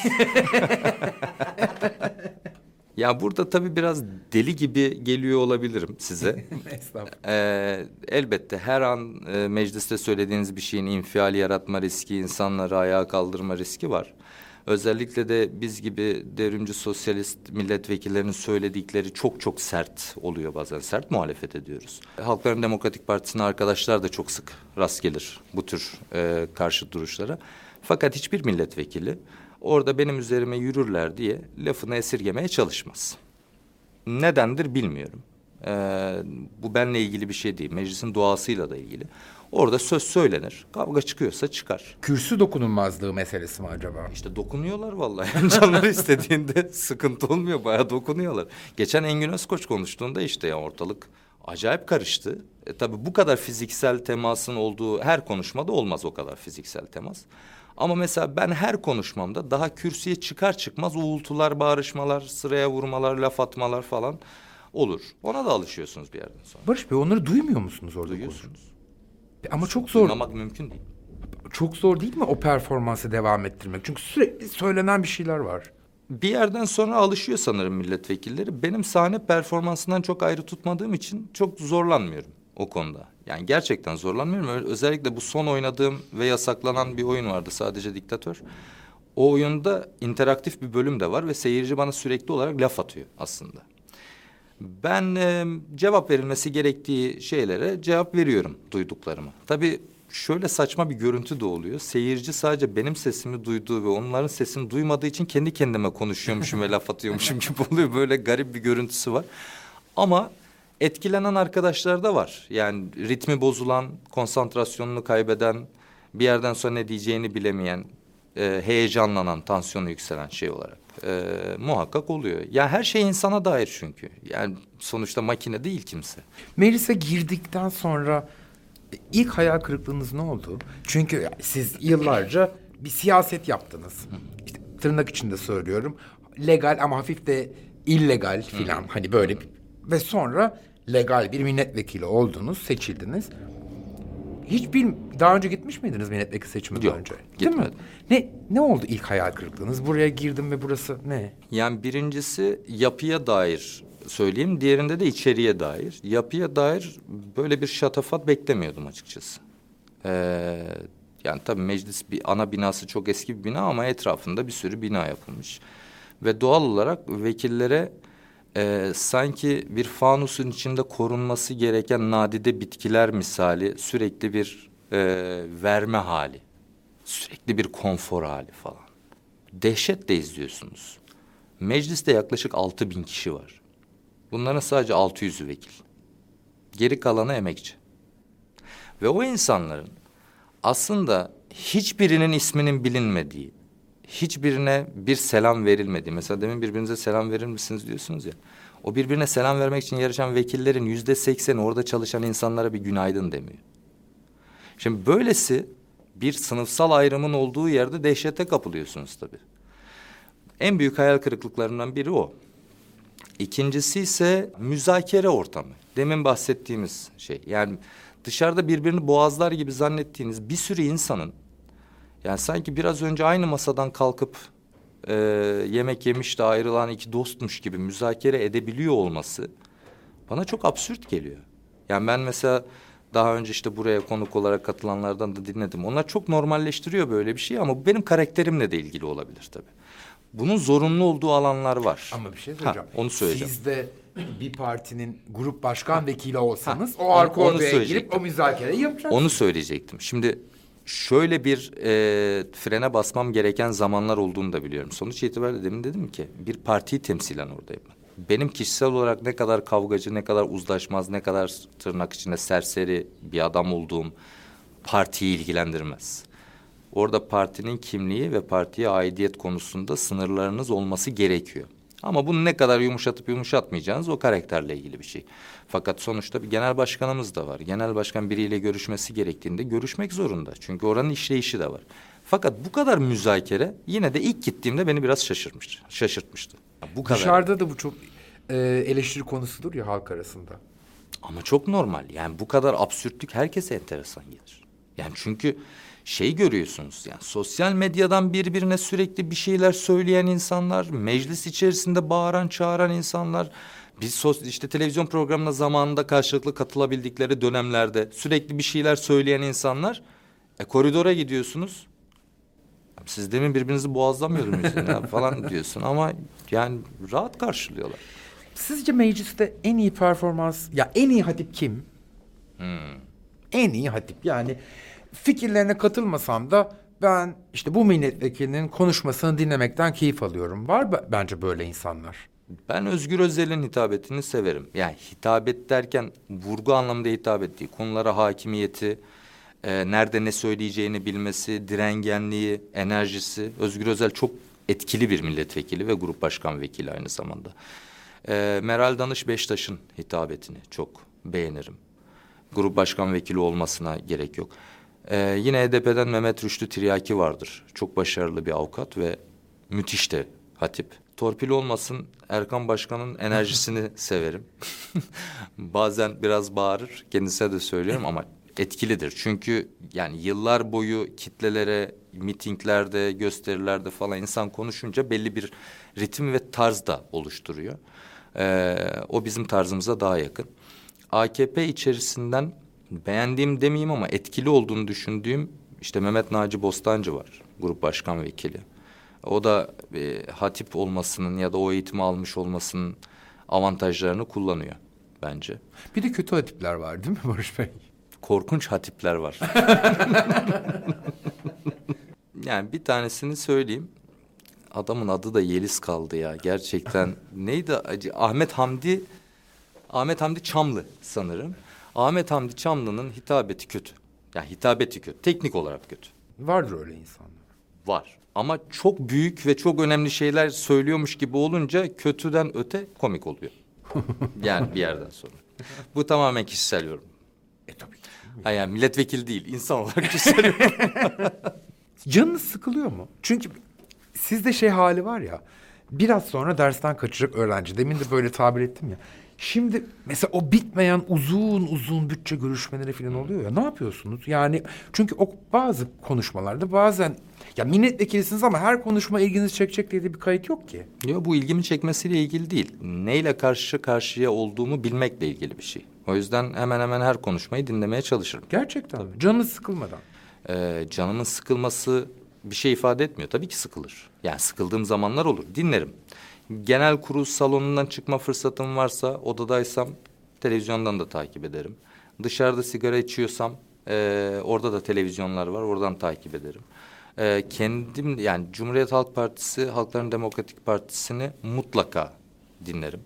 Ya burada tabii biraz deli gibi geliyor olabilirim size. Estağfurullah. Ee, elbette her an e, mecliste söylediğiniz bir şeyin infial yaratma riski, insanları ayağa kaldırma riski var. Özellikle de biz gibi devrimci sosyalist milletvekillerinin söyledikleri çok çok sert oluyor bazen. Sert muhalefet ediyoruz. Halkların Demokratik Partisi'nin arkadaşlar da çok sık rast gelir bu tür e, karşı duruşlara. Fakat hiçbir milletvekili orada benim üzerime yürürler diye lafını esirgemeye çalışmaz. Nedendir bilmiyorum. Ee, bu benimle ilgili bir şey değil. Meclisin doğasıyla da ilgili. Orada söz söylenir. Kavga çıkıyorsa çıkar. Kürsü dokunulmazlığı meselesi mi acaba? İşte dokunuyorlar vallahi. Yani canları istediğinde sıkıntı olmuyor. Bayağı dokunuyorlar. Geçen Engin Özkoç konuştuğunda işte ya ortalık acayip karıştı. E, tabii bu kadar fiziksel temasın olduğu her konuşmada olmaz o kadar fiziksel temas. Ama mesela ben her konuşmamda daha kürsüye çıkar çıkmaz uğultular, bağırışmalar, sıraya vurmalar, laf atmalar falan olur. Ona da alışıyorsunuz bir yerden sonra. Barış Bey, onları duymuyor musunuz orada? Duyuyorsunuz. Ama çok zor. Duymamak mümkün değil. Çok zor değil mi o performansı devam ettirmek? Çünkü sürekli söylenen bir şeyler var. Bir yerden sonra alışıyor sanırım milletvekilleri. Benim sahne performansından çok ayrı tutmadığım için çok zorlanmıyorum o konuda. Yani gerçekten zorlanmıyorum. Ö- Özellikle bu son oynadığım ve yasaklanan bir oyun vardı, sadece Diktatör. O oyunda interaktif bir bölüm de var ve seyirci bana sürekli olarak laf atıyor aslında. Ben e, cevap verilmesi gerektiği şeylere cevap veriyorum duyduklarımı. Tabii şöyle saçma bir görüntü de oluyor. Seyirci sadece benim sesimi duyduğu ve onların sesini duymadığı için kendi kendime konuşuyormuşum ve laf atıyormuşum gibi oluyor. Böyle garip bir görüntüsü var. Ama etkilenen arkadaşlar da var. Yani ritmi bozulan, konsantrasyonunu kaybeden, bir yerden sonra ne diyeceğini bilemeyen, e, heyecanlanan, tansiyonu yükselen şey olarak e, muhakkak oluyor. Ya her şey insana dair çünkü. Yani sonuçta makine değil kimse. Meclise girdikten sonra ilk hayal kırıklığınız ne oldu? Çünkü siz yıllarca bir siyaset yaptınız. İşte tırnak içinde söylüyorum. Legal ama hafif de illegal filan. Hani böyle bir... Ve sonra legal bir milletvekili oldunuz, seçildiniz. Hiçbir daha önce gitmiş miydiniz milletvekili seçiminden Yok, önce? Değil gitmedim. mi? Ne ne oldu ilk hayal kırıklığınız? Buraya girdim ve burası ne? Yani birincisi yapıya dair söyleyeyim, diğerinde de içeriye dair. Yapıya dair böyle bir şatafat beklemiyordum açıkçası. Ee, yani tabii meclis bir ana binası çok eski bir bina ama etrafında bir sürü bina yapılmış. Ve doğal olarak vekillere e, sanki bir fanusun içinde korunması gereken nadide bitkiler misali sürekli bir e, verme hali. Sürekli bir konfor hali falan. Dehşetle izliyorsunuz. Mecliste yaklaşık altı bin kişi var. Bunların sadece altı yüzü vekil. Geri kalanı emekçi. Ve o insanların aslında hiçbirinin isminin bilinmediği, hiçbirine bir selam verilmediği. Mesela demin birbirinize selam verir misiniz diyorsunuz ya. O birbirine selam vermek için yarışan vekillerin yüzde sekseni orada çalışan insanlara bir günaydın demiyor. Şimdi böylesi bir sınıfsal ayrımın olduğu yerde dehşete kapılıyorsunuz tabii. En büyük hayal kırıklıklarından biri o. İkincisi ise müzakere ortamı. Demin bahsettiğimiz şey. Yani dışarıda birbirini boğazlar gibi zannettiğiniz bir sürü insanın... yani sanki biraz önce aynı masadan kalkıp e, yemek yemiş de ayrılan iki dostmuş gibi müzakere edebiliyor olması bana çok absürt geliyor. Yani ben mesela daha önce işte buraya konuk olarak katılanlardan da dinledim. Onlar çok normalleştiriyor böyle bir şey ama bu benim karakterimle de ilgili olabilir tabii. Bunun zorunlu olduğu alanlar var. Ama bir şey söyleyeceğim. Ha, onu söyleyeceğim. Siz de Bir partinin grup başkan vekili olsanız Ha, o arka onu- onu odaya girip söyleyecektim. o müzakereyi yapacaksınız. Onu söyleyecektim. Şimdi şöyle bir e, frene basmam gereken zamanlar olduğunu da biliyorum. Sonuç itibariyle demin dedim ki bir partiyi temsilen oradayım ben. Benim kişisel olarak ne kadar kavgacı, ne kadar uzlaşmaz, ne kadar tırnak içinde serseri bir adam olduğum partiyi ilgilendirmez. Orada partinin kimliği ve partiye aidiyet konusunda sınırlarınız olması gerekiyor. Ama bunu ne kadar yumuşatıp yumuşatmayacağınız o karakterle ilgili bir şey. Fakat sonuçta bir genel başkanımız da var. Genel başkan biriyle görüşmesi gerektiğinde görüşmek zorunda. Çünkü oranın işleyişi de var. Fakat bu kadar müzakere yine de ilk gittiğimde beni biraz şaşırmıştı. Şaşırtmıştı. Bu kadar. Dışarıda da bu çok e, eleştiri konusudur ya halk arasında. Ama çok normal. Yani bu kadar absürtlük herkese enteresan gelir. Yani çünkü şey görüyorsunuz yani sosyal medyadan birbirine sürekli bir şeyler söyleyen insanlar, meclis içerisinde bağıran çağıran insanlar, biz sos işte televizyon programına zamanında karşılıklı katılabildikleri dönemlerde sürekli bir şeyler söyleyen insanlar, e koridora gidiyorsunuz. Siz demin birbirinizi boğazlamıyor musunuz ya falan diyorsun ama yani rahat karşılıyorlar. Sizce mecliste en iyi performans, ya en iyi hatip kim? Hmm. En iyi hatip yani fikirlerine katılmasam da ben işte bu milletvekilinin konuşmasını dinlemekten keyif alıyorum. Var b- bence böyle insanlar. Ben Özgür Özel'in hitabetini severim. Yani hitabet derken vurgu anlamında hitap değil. Konulara hakimiyeti, e, nerede ne söyleyeceğini bilmesi, direngenliği, enerjisi. Özgür Özel çok etkili bir milletvekili ve grup başkan vekili aynı zamanda. E, Meral Danış Beştaş'ın hitabetini çok beğenirim. Grup başkan vekili olmasına gerek yok. E, yine H D P'den Mehmet Rüştü Tiryaki vardır. Çok başarılı bir avukat ve müthiş de hatip. Torpil olmasın, Erkan Başkan'ın enerjisini severim. Bazen biraz bağırır, kendisine de söylüyorum ama etkilidir. Çünkü yani yıllar boyu kitlelere, mitinglerde, gösterilerde falan insan konuşunca belli bir ritim ve tarz da oluşturuyor. Ee, o bizim tarzımıza daha yakın. A K P içerisinden beğendiğim demeyeyim ama etkili olduğunu düşündüğüm işte Mehmet Naci Bostancı var, grup başkan vekili. O da e, hatip olmasının ya da o eğitimi almış olmasının avantajlarını kullanıyor bence. Bir de kötü hatipler var değil mi Barış Bey? Korkunç hatipler var. Yani bir tanesini söyleyeyim. Adamın adı da Yeliz kaldı ya. Gerçekten neydi acı? Ahmet Hamdi Ahmet Hamdi Çamlı sanırım. Ahmet Hamdi Çamlı'nın hitabeti kötü. Yani hitabeti kötü. Teknik olarak kötü. Vardır öyle insanlar. Var. Ama çok büyük ve çok önemli şeyler söylüyormuş gibi olunca kötüden öte komik oluyor. Yani bir yerden sonra. Bu tamamen kişisel yorum. E tabii ki. Ha yani milletvekili değil, insan olarak kişisel yorum. Canınız sıkılıyor mu? Çünkü sizde şey hali var ya, biraz sonra dersten kaçacak öğrenci. Demin de böyle tabir ettim ya. Şimdi mesela o bitmeyen uzun uzun bütçe görüşmeleri falan oluyor ya. Ne yapıyorsunuz? Yani çünkü o bazı konuşmalarda bazen ya milletvekilisiniz ama her konuşma ilginizi çekecek diye de bir kayıt yok ki. Yok, bu ilgimi çekmesiyle ilgili değil. Neyle karşı karşıya olduğumu bilmekle ilgili bir şey. O yüzden hemen hemen her konuşmayı dinlemeye çalışırım. Gerçekten mi? Canınız sıkılmadan. Ee, canımın sıkılması bir şey ifade etmiyor. Tabii ki sıkılır. Yani sıkıldığım zamanlar olur. Dinlerim. Genel kurul salonundan çıkma fırsatım varsa, odadaysam televizyondan da takip ederim. Dışarıda sigara içiyorsam e, orada da televizyonlar var. Oradan takip ederim. E, kendim yani Cumhuriyet Halk Partisi, Halkların Demokratik Partisi'ni mutlaka dinlerim.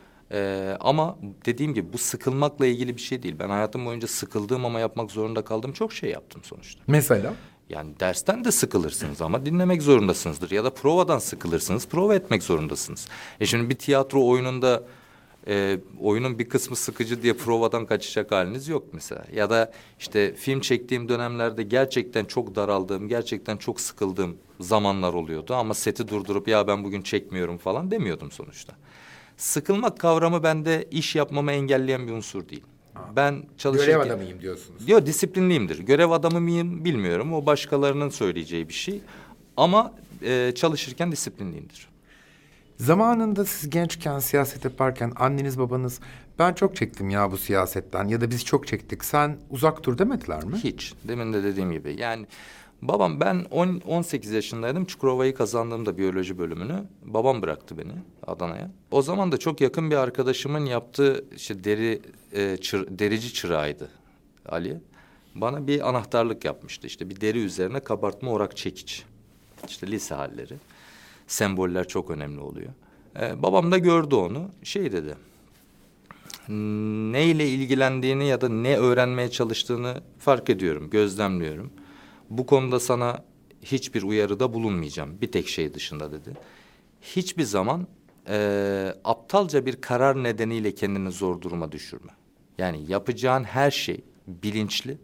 E, ama dediğim gibi bu sıkılmakla ilgili bir şey değil. Ben hayatım boyunca sıkıldığım ama yapmak zorunda kaldığım çok şey yaptım sonuçta. Mesela? Yani dersten de sıkılırsınız ama dinlemek zorundasınızdır. Ya da provadan sıkılırsınız, prova etmek zorundasınız. E şimdi bir tiyatro oyununda e, oyunun bir kısmı sıkıcı diye provadan kaçacak haliniz yok mesela. Ya da işte film çektiğim dönemlerde gerçekten çok daraldığım, gerçekten çok sıkıldığım zamanlar oluyordu. Ama seti durdurup ya ben bugün çekmiyorum falan demiyordum sonuçta. Sıkılmak kavramı bende iş yapmamı engelleyen bir unsur değil. Ben çalışırken... Görev adamıyım diyorsunuz. Yok, disiplinliyimdir. Görev adamı mıyım bilmiyorum. O başkalarının söyleyeceği bir şey. Ama e, çalışırken disiplinliyimdir. Zamanında siz gençken siyaset yaparken anneniz babanız ben çok çektim ya bu siyasetten ya da biz çok çektik sen uzak dur demediler mi? Hiç. Demin de dediğim gibi yani Babam ben on, on sekiz yaşındaydım. Çukurova'yı kazandığımda biyoloji bölümünü. Babam bıraktı beni Adana'ya. O zaman da çok yakın bir arkadaşımın yaptığı işte deri e, çır, derici çırağıydı Ali. Bana bir anahtarlık yapmıştı. İşte bir deri üzerine kabartma orak çekiç. İşte lise halleri. Semboller çok önemli oluyor. Ee, babam da gördü onu. Şey dedi. Neyle ilgilendiğini ya da ne öğrenmeye çalıştığını fark ediyorum, gözlemliyorum. Bu konuda sana hiçbir uyarıda bulunmayacağım. Bir tek şey dışında dedi. Hiçbir zaman e, aptalca bir karar nedeniyle kendini zor duruma düşürme. Yani yapacağın her şey bilinçli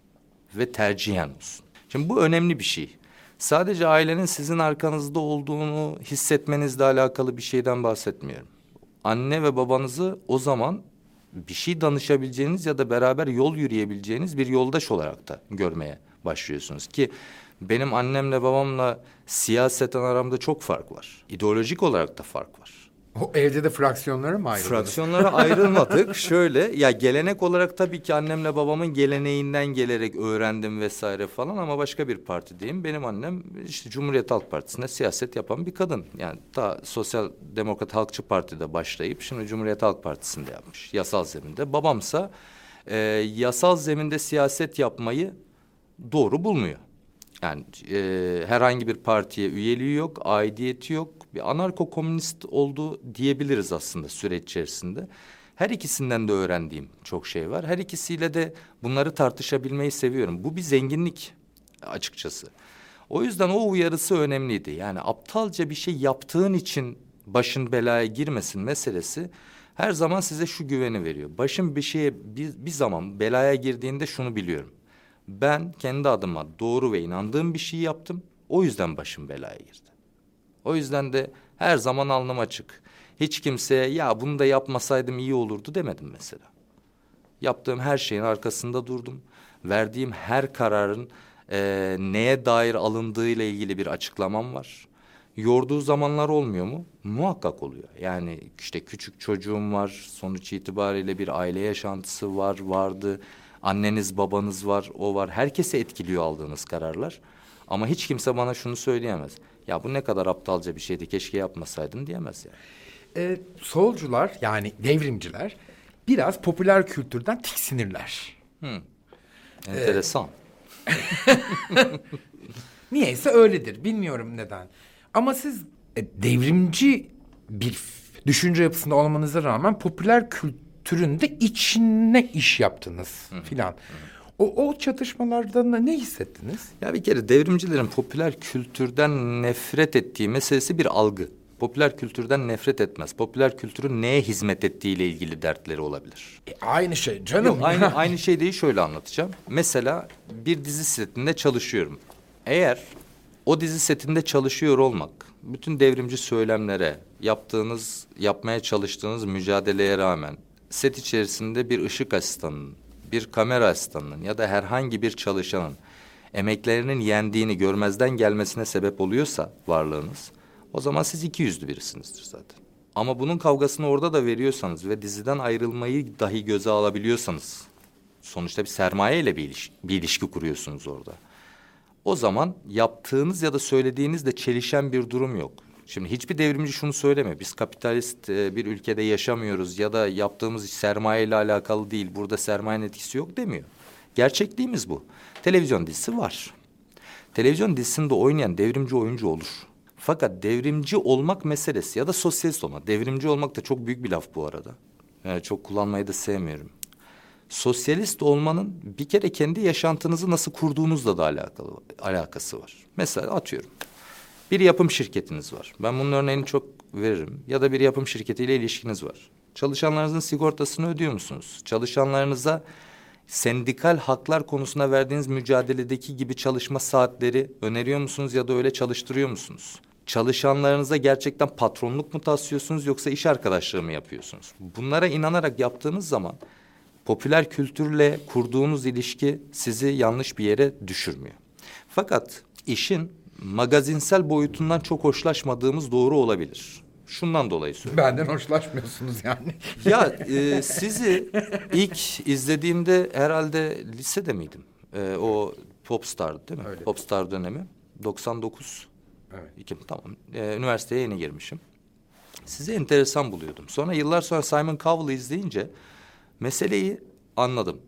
ve tercihen olsun. Şimdi bu önemli bir şey. Sadece ailenin sizin arkanızda olduğunu hissetmenizle alakalı bir şeyden bahsetmiyorum. Anne ve babanızı o zaman bir şey danışabileceğiniz ya da beraber yol yürüyebileceğiniz bir yoldaş olarak da görmeye başlıyorsunuz. Ki benim annemle babamla siyaseten aramda çok fark var. İdeolojik olarak da fark var. O evde de fraksiyonlara mı ayrıldınız? Fraksiyonlara ayrılmadık. Şöyle ya gelenek olarak tabii ki annemle babamın geleneğinden gelerek öğrendim vesaire falan ama başka bir partideyim. Benim annem işte Cumhuriyet Halk Partisi'nde siyaset yapan bir kadın. Yani ta Sosyal Demokrat Halkçı Parti'de başlayıp şimdi Cumhuriyet Halk Partisi'nde yapmış. Yasal zeminde. Babamsa e, yasal zeminde siyaset yapmayı doğru bulmuyor. Yani e, herhangi bir partiye üyeliği yok, aidiyeti yok. Bir anarko-komünist olduğu diyebiliriz aslında süreç içerisinde. Her ikisinden de öğrendiğim çok şey var. Her ikisiyle de bunları tartışabilmeyi seviyorum. Bu bir zenginlik açıkçası. O yüzden o uyarısı önemliydi. Yani aptalca bir şey yaptığın için başın belaya girmesin meselesi her zaman size şu güveni veriyor. Başın bir şeye bir, bir zaman belaya girdiğinde şunu biliyorum. Ben kendi adıma doğru ve inandığım bir şey yaptım. O yüzden başım belaya girdi. O yüzden de her zaman alnım açık. Hiç kimseye ya bunu da yapmasaydım iyi olurdu demedim mesela. Yaptığım her şeyin arkasında durdum. Verdiğim her kararın e, neye dair alındığıyla ilgili bir açıklamam var. Yorduğu zamanlar olmuyor mu? Muhakkak oluyor. Yani işte küçük çocuğum var. Sonuç itibariyle bir aile yaşantısı var, vardı. Anneniz, babanız var, o var. Herkese etkiliyor aldığınız kararlar. Ama hiç kimse bana şunu söyleyemez. Ya bu ne kadar aptalca bir şeydi, keşke yapmasaydın diyemez yani. Ee, solcular yani devrimciler biraz popüler kültürden tiksinirler. Hı. Enteresan. Niyeyse öyledir. Bilmiyorum neden. Ama siz e, devrimci bir f- düşünce yapısında olmanıza rağmen popüler kültürün de içine iş yaptınız filan. O, o çatışmalardan ne hissettiniz? Ya bir kere devrimcilerin popüler kültürden nefret ettiği meselesi bir algı. Popüler kültürden nefret etmez. Popüler kültürün neye hizmet ettiğiyle ilgili dertleri olabilir. E, aynı şey canım. Yok, aynı aynı şey değil, şöyle anlatacağım. Mesela bir dizi setinde çalışıyorum. Eğer o dizi setinde çalışıyor olmak, bütün devrimci söylemlere, yaptığınız, yapmaya çalıştığınız mücadeleye rağmen set içerisinde bir ışık asistanının, bir kamera asistanının ya da herhangi bir çalışanın emeklerinin yendiğini görmezden gelmesine sebep oluyorsa varlığınız, o zaman siz iki yüzlü birisinizdir zaten. Ama bunun kavgasını orada da veriyorsanız ve diziden ayrılmayı dahi göze alabiliyorsanız, sonuçta bir sermaye ile bir, iliş, bir ilişki kuruyorsunuz orada. O zaman yaptığınız ya da söylediğinizle çelişen bir durum yok. Şimdi hiçbir devrimci şunu söylemiyor. Biz kapitalist e, bir ülkede yaşamıyoruz ya da yaptığımız iş sermaye ile alakalı değil. Burada sermayenin etkisi yok demiyor. Gerçekliğimiz bu. Televizyon dizisi var. Televizyon dizisinde oynayan devrimci oyuncu olur. Fakat devrimci olmak meselesi ya da sosyalist olmak. Devrimci olmak da çok büyük bir laf bu arada. Yani çok kullanmayı da sevmiyorum. Sosyalist olmanın bir kere kendi yaşantınızı nasıl kurduğunuzla da alakalı alakası var. Mesela atıyorum. Bir yapım şirketiniz var. Ben bunun örneğini çok veririm. Ya da bir yapım şirketiyle ilişkiniz var. Çalışanlarınızın sigortasını ödüyor musunuz? Çalışanlarınıza sendikal haklar konusunda verdiğiniz mücadeledeki gibi çalışma saatleri öneriyor musunuz ya da öyle çalıştırıyor musunuz? Çalışanlarınıza gerçekten patronluk mu taslıyorsunuz yoksa iş arkadaşlığı mı yapıyorsunuz? Bunlara inanarak yaptığınız zaman popüler kültürle kurduğunuz ilişki sizi yanlış bir yere düşürmüyor. Fakat işin magazinsel boyutundan çok hoşlaşmadığımız doğru olabilir. Şundan dolayı söylüyorum. Benden hoşlaşmıyorsunuz yani. Ya e, sizi ilk izlediğimde herhalde lisede miydim? E, o Popstar değil mi? Öyle. Popstar dönemi. doksan dokuz. Evet. İki, tamam. Ee, üniversiteye yeni girmişim. Sizi enteresan buluyordum. Sonra yıllar sonra Simon Cowell'ı izleyince meseleyi anladım.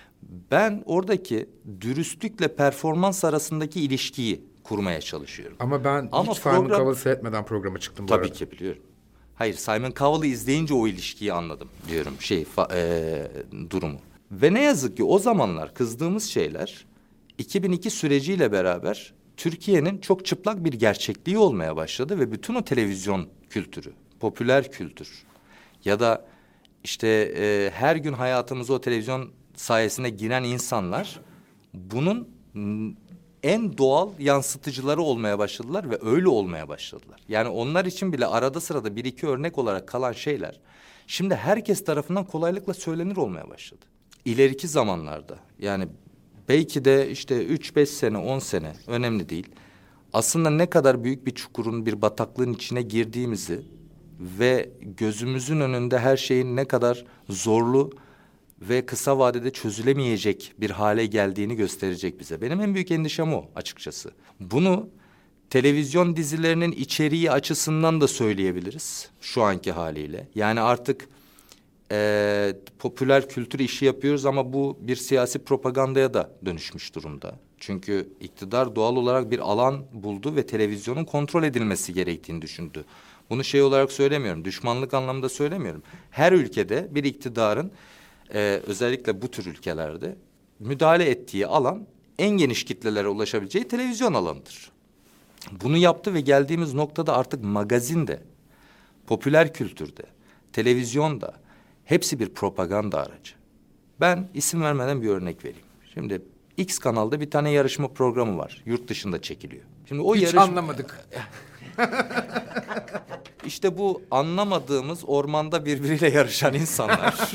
Ben oradaki dürüstlükle performans arasındaki ilişkiyi kurmaya çalışıyorum. Ama ben Ama hiç Simon program- Cowell seyretmeden programa çıktım bu Tabii arada. ki biliyorum. Hayır, Simon Cowell'ı izleyince o ilişkiyi anladım diyorum, şey fa- e, durumu. Ve ne yazık ki o zamanlar kızdığımız şeyler iki bin iki süreciyle beraber Türkiye'nin çok çıplak bir gerçekliği olmaya başladı ve bütün o televizyon kültürü, popüler kültür ya da işte e, her gün hayatımıza o televizyon sayesinde giren insanlar bunun n- en doğal yansıtıcıları olmaya başladılar ve öyle olmaya başladılar. Yani onlar için bile arada sırada bir iki örnek olarak kalan şeyler şimdi herkes tarafından kolaylıkla söylenir olmaya başladı. İleriki zamanlarda yani belki de işte üç beş sene, on sene önemli değil. Aslında ne kadar büyük bir çukurun, bir bataklığın içine girdiğimizi ve gözümüzün önünde her şeyin ne kadar zorlu ve kısa vadede çözülemeyecek bir hale geldiğini gösterecek bize. Benim en büyük endişem o açıkçası. Bunu televizyon dizilerinin içeriği açısından da söyleyebiliriz şu anki haliyle. Yani artık e, popüler kültür işi yapıyoruz ama bu bir siyasi propagandaya da dönüşmüş durumda. Çünkü iktidar doğal olarak bir alan buldu ve televizyonun kontrol edilmesi gerektiğini düşündü. Bunu şey olarak söylemiyorum, düşmanlık anlamında söylemiyorum. Her ülkede bir iktidarın Ee, özellikle bu tür ülkelerde müdahale ettiği alan en geniş kitlelere ulaşabileceği televizyon alanıdır. Bunu yaptı ve geldiğimiz noktada artık magazinde, popüler kültürde, televizyonda hepsi bir propaganda aracı. Ben isim vermeden bir örnek vereyim. Şimdi X kanalda bir tane yarışma programı var. Yurt dışında çekiliyor. Şimdi o Hiç yarışma... anlamadık. İşte bu anlamadığımız ormanda birbiriyle yarışan insanlar.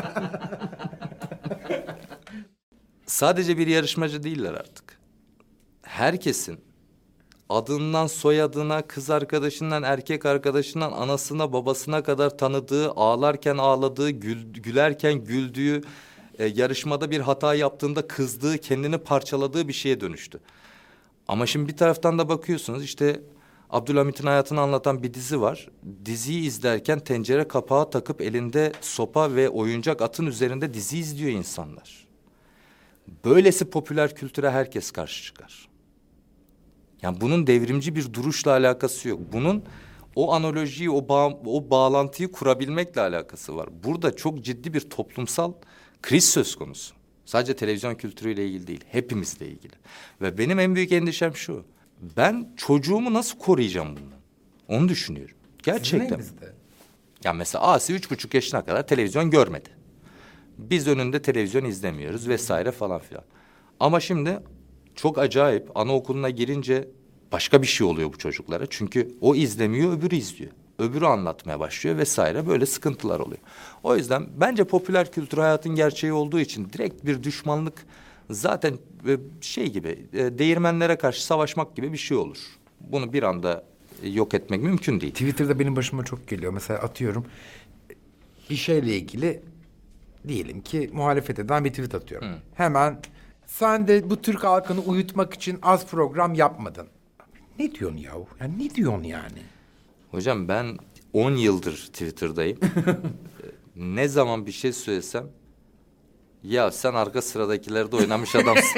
Sadece bir yarışmacı değiller artık. Herkesin adından soyadına, kız arkadaşından, erkek arkadaşından, anasına, babasına kadar tanıdığı, ağlarken ağladığı, gül, gülerken güldüğü, e, yarışmada bir hata yaptığında kızdığı, kendini parçaladığı bir şeye dönüştü. Ama şimdi bir taraftan da bakıyorsunuz işte Abdülhamit'in hayatını anlatan bir dizi var. Diziyi izlerken tencere kapağı takıp elinde sopa ve oyuncak atın üzerinde dizi izliyor insanlar. Böylesi popüler kültüre herkes karşı çıkar. Yani bunun devrimci bir duruşla alakası yok. Bunun o analojiyi, o, bağ, o bağlantıyı kurabilmekle alakası var. Burada çok ciddi bir toplumsal kriz söz konusu. Sadece televizyon kültürüyle ilgili değil, hepimizle ilgili. Ve benim en büyük endişem şu. Ben çocuğumu nasıl koruyacağım bundan? Onu düşünüyorum. Gerçekten. Ya mesela Asi üç buçuk yaşına kadar televizyon görmedi. Biz önünde televizyon izlemiyoruz vesaire falan filan. Ama şimdi çok acayip anaokuluna girince başka bir şey oluyor bu çocuklara. Çünkü o izlemiyor, öbürü izliyor. Öbürü anlatmaya başlıyor vesaire, böyle sıkıntılar oluyor. O yüzden bence popüler kültür hayatın gerçeği olduğu için direkt bir düşmanlık zaten şey gibi, değirmenlere karşı savaşmak gibi bir şey olur. Bunu bir anda yok etmek mümkün değil. Twitter'da benim başıma çok geliyor. Mesela atıyorum bir şeyle ilgili diyelim ki muhalefet eden bir tweet atıyorum. Hı. Hemen sen de bu Türk halkını uyutmak için az program yapmadın. Ne diyorsun yahu? Yani ne diyorsun yani? Hocam ben on yıldır Twitter'dayım. Ne zaman bir şey söylesem ya sen arka sıradakilerde oynamış adamsın.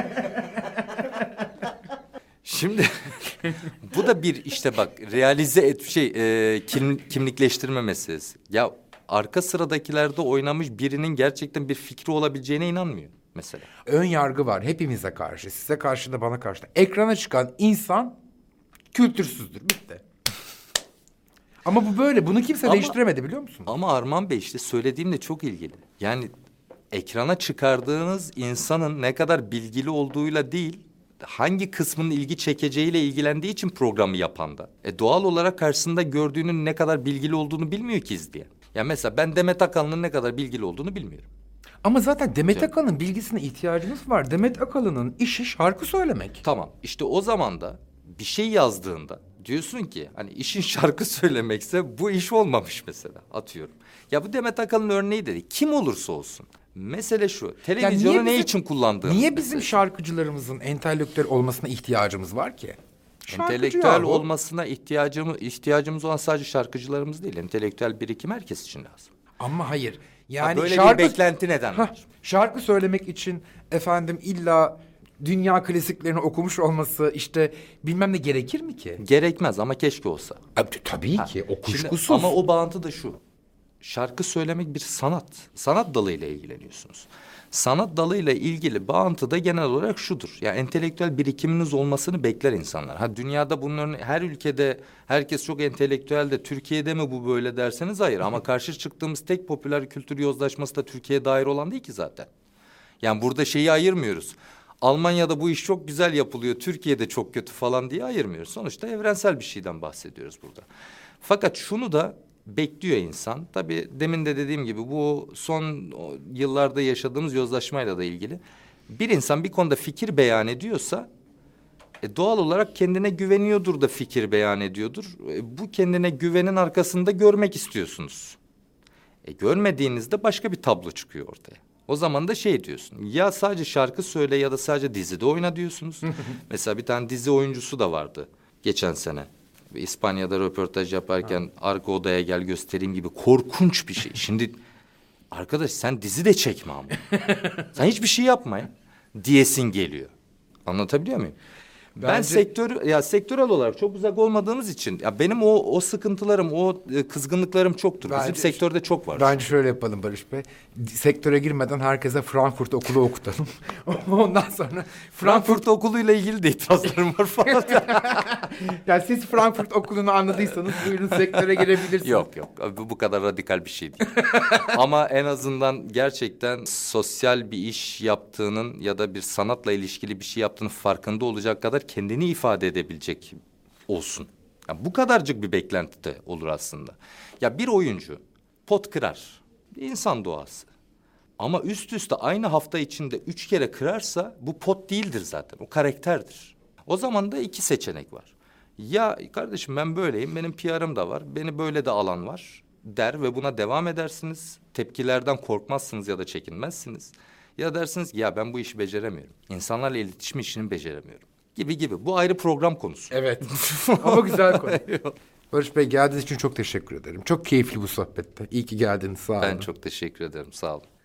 Şimdi bu da bir işte bak realize et şey e, kim, kimlikleştirme meselesi. Ya arka sıradakilerde oynamış birinin gerçekten bir fikri olabileceğine inanmıyor mesela. Ön yargı var hepimize karşı, size karşı da bana karşı da. Ekrana çıkan insan kültürsüzdür, bitti. Ama bu böyle, bunu kimse Ama, değiştiremedi biliyor musun? Ama Arman Bey işte söylediğim de çok ilgili. Yani ekrana çıkardığınız insanın ne kadar bilgili olduğuyla değil, hangi kısmının ilgi çekeceğiyle ilgilendiği için programı yapan da. E doğal olarak karşısında gördüğünün ne kadar bilgili olduğunu bilmiyor ki izleyen. Ya mesela ben Demet Akalın'ın ne kadar bilgili olduğunu bilmiyorum. Ama zaten Demet Akalın'ın bilgisine ihtiyacınız var. Demet Akalın'ın işi şarkı söylemek. Tamam işte o zaman da bir şey yazdığında diyorsun ki hani işin şarkı söylemekse bu iş olmamış mesela, atıyorum. Ya bu Demet Akalın örneği dedi. Kim olursa olsun. Mesele şu. Televizyonu niye ne bizim- için kullandığımız Niye bizim meselesi. şarkıcılarımızın entelektüel olmasına ihtiyacımız var ki? Şarkıcı Entelektüel yahu. olmasına ihtiyacımız ihtiyacımız olan sadece şarkıcılarımız değil. Entelektüel birikim herkes için lazım. Ama hayır. Ha, Yani böyle şarkı... bir beklenti neden Hah, var? şarkı söylemek için efendim illa dünya klasiklerini okumuş olması işte bilmem ne gerekir mi ki? Gerekmez ama keşke olsa. Abi, tabii ki o Şimdi, kuşkusuz. ama o bağıntı da şu. Şarkı söylemek bir sanat. Sanat dalıyla ilgileniyorsunuz. Sanat dalıyla ilgili bağıntı da genel olarak şudur. Yani entelektüel birikiminiz olmasını bekler insanlar. Ha dünyada bunların her ülkede herkes çok entelektüel de Türkiye'de mi bu böyle derseniz hayır. Ama karşı çıktığımız tek popüler kültür yozlaşması da Türkiye'ye dair olan değil ki zaten. Yani burada şeyi ayırmıyoruz. Almanya'da bu iş çok güzel yapılıyor, Türkiye'de çok kötü falan diye ayırmıyoruz. Sonuçta evrensel bir şeyden bahsediyoruz burada. Fakat şunu da bekliyor insan. Tabii demin de dediğim gibi bu son yıllarda yaşadığımız yozlaşmayla da ilgili. Bir insan bir konuda fikir beyan ediyorsa e, doğal olarak kendine güveniyordur da fikir beyan ediyordur. E, bu kendine güvenin arkasında görmek istiyorsunuz. E, görmediğinizde başka bir tablo çıkıyor ortaya. O zaman da şey diyorsun. Ya sadece şarkı söyle ya da sadece dizide oyna diyorsunuz. Mesela bir tane dizi oyuncusu da vardı geçen sene. İspanya'da röportaj yaparken arka odaya gel göstereyim gibi korkunç bir şey. Şimdi arkadaş sen dizi de çekme ama. Sen hiçbir şey yapma ya. Diyesin geliyor. Anlatabiliyor muyum? Ben Bence- sektör ya sektörel olarak çok uzak olmadığımız için ya benim o o sıkıntılarım, o e, kızgınlıklarım çoktur. Bizim Bence- sektörde çok var. Bence şöyle yapalım Barış Bey. Sektöre girmeden herkese Frankfurt okulu okutalım. Ondan sonra Frankfurt... Frankfurt okuluyla ilgili de itirazlarım var falan. Yani siz Frankfurt okulunu anladıysanız buyurun sektöre girebilirsiniz. Yok yok bu, bu kadar radikal bir şey değil. Ama en azından gerçekten sosyal bir iş yaptığının ya da bir sanatla ilişkili bir şey yaptığının farkında olacak kadar kendini ifade edebilecek olsun. Ya bu kadarcık bir beklenti de olur aslında. Ya bir oyuncu pot kırar. Bir insan doğası. Ama üst üste aynı hafta içinde üç kere kırarsa bu pot değildir zaten. O karakterdir. O zaman da iki seçenek var. Ya kardeşim ben böyleyim, benim P R'ım da var, beni böyle de alan var der ve buna devam edersiniz. Tepkilerden korkmazsınız ya da çekinmezsiniz. Ya dersiniz ki ya ben bu işi beceremiyorum. İnsanlarla iletişim işini beceremiyorum. Gibi gibi. Bu ayrı program konusu. Evet. Ama güzel konu. Barış Bey geldiğiniz için çok teşekkür ederim. Çok keyifli bu sohbette. İyi ki geldiniz. Sağ olun. Ben çok teşekkür ederim. Sağ olun.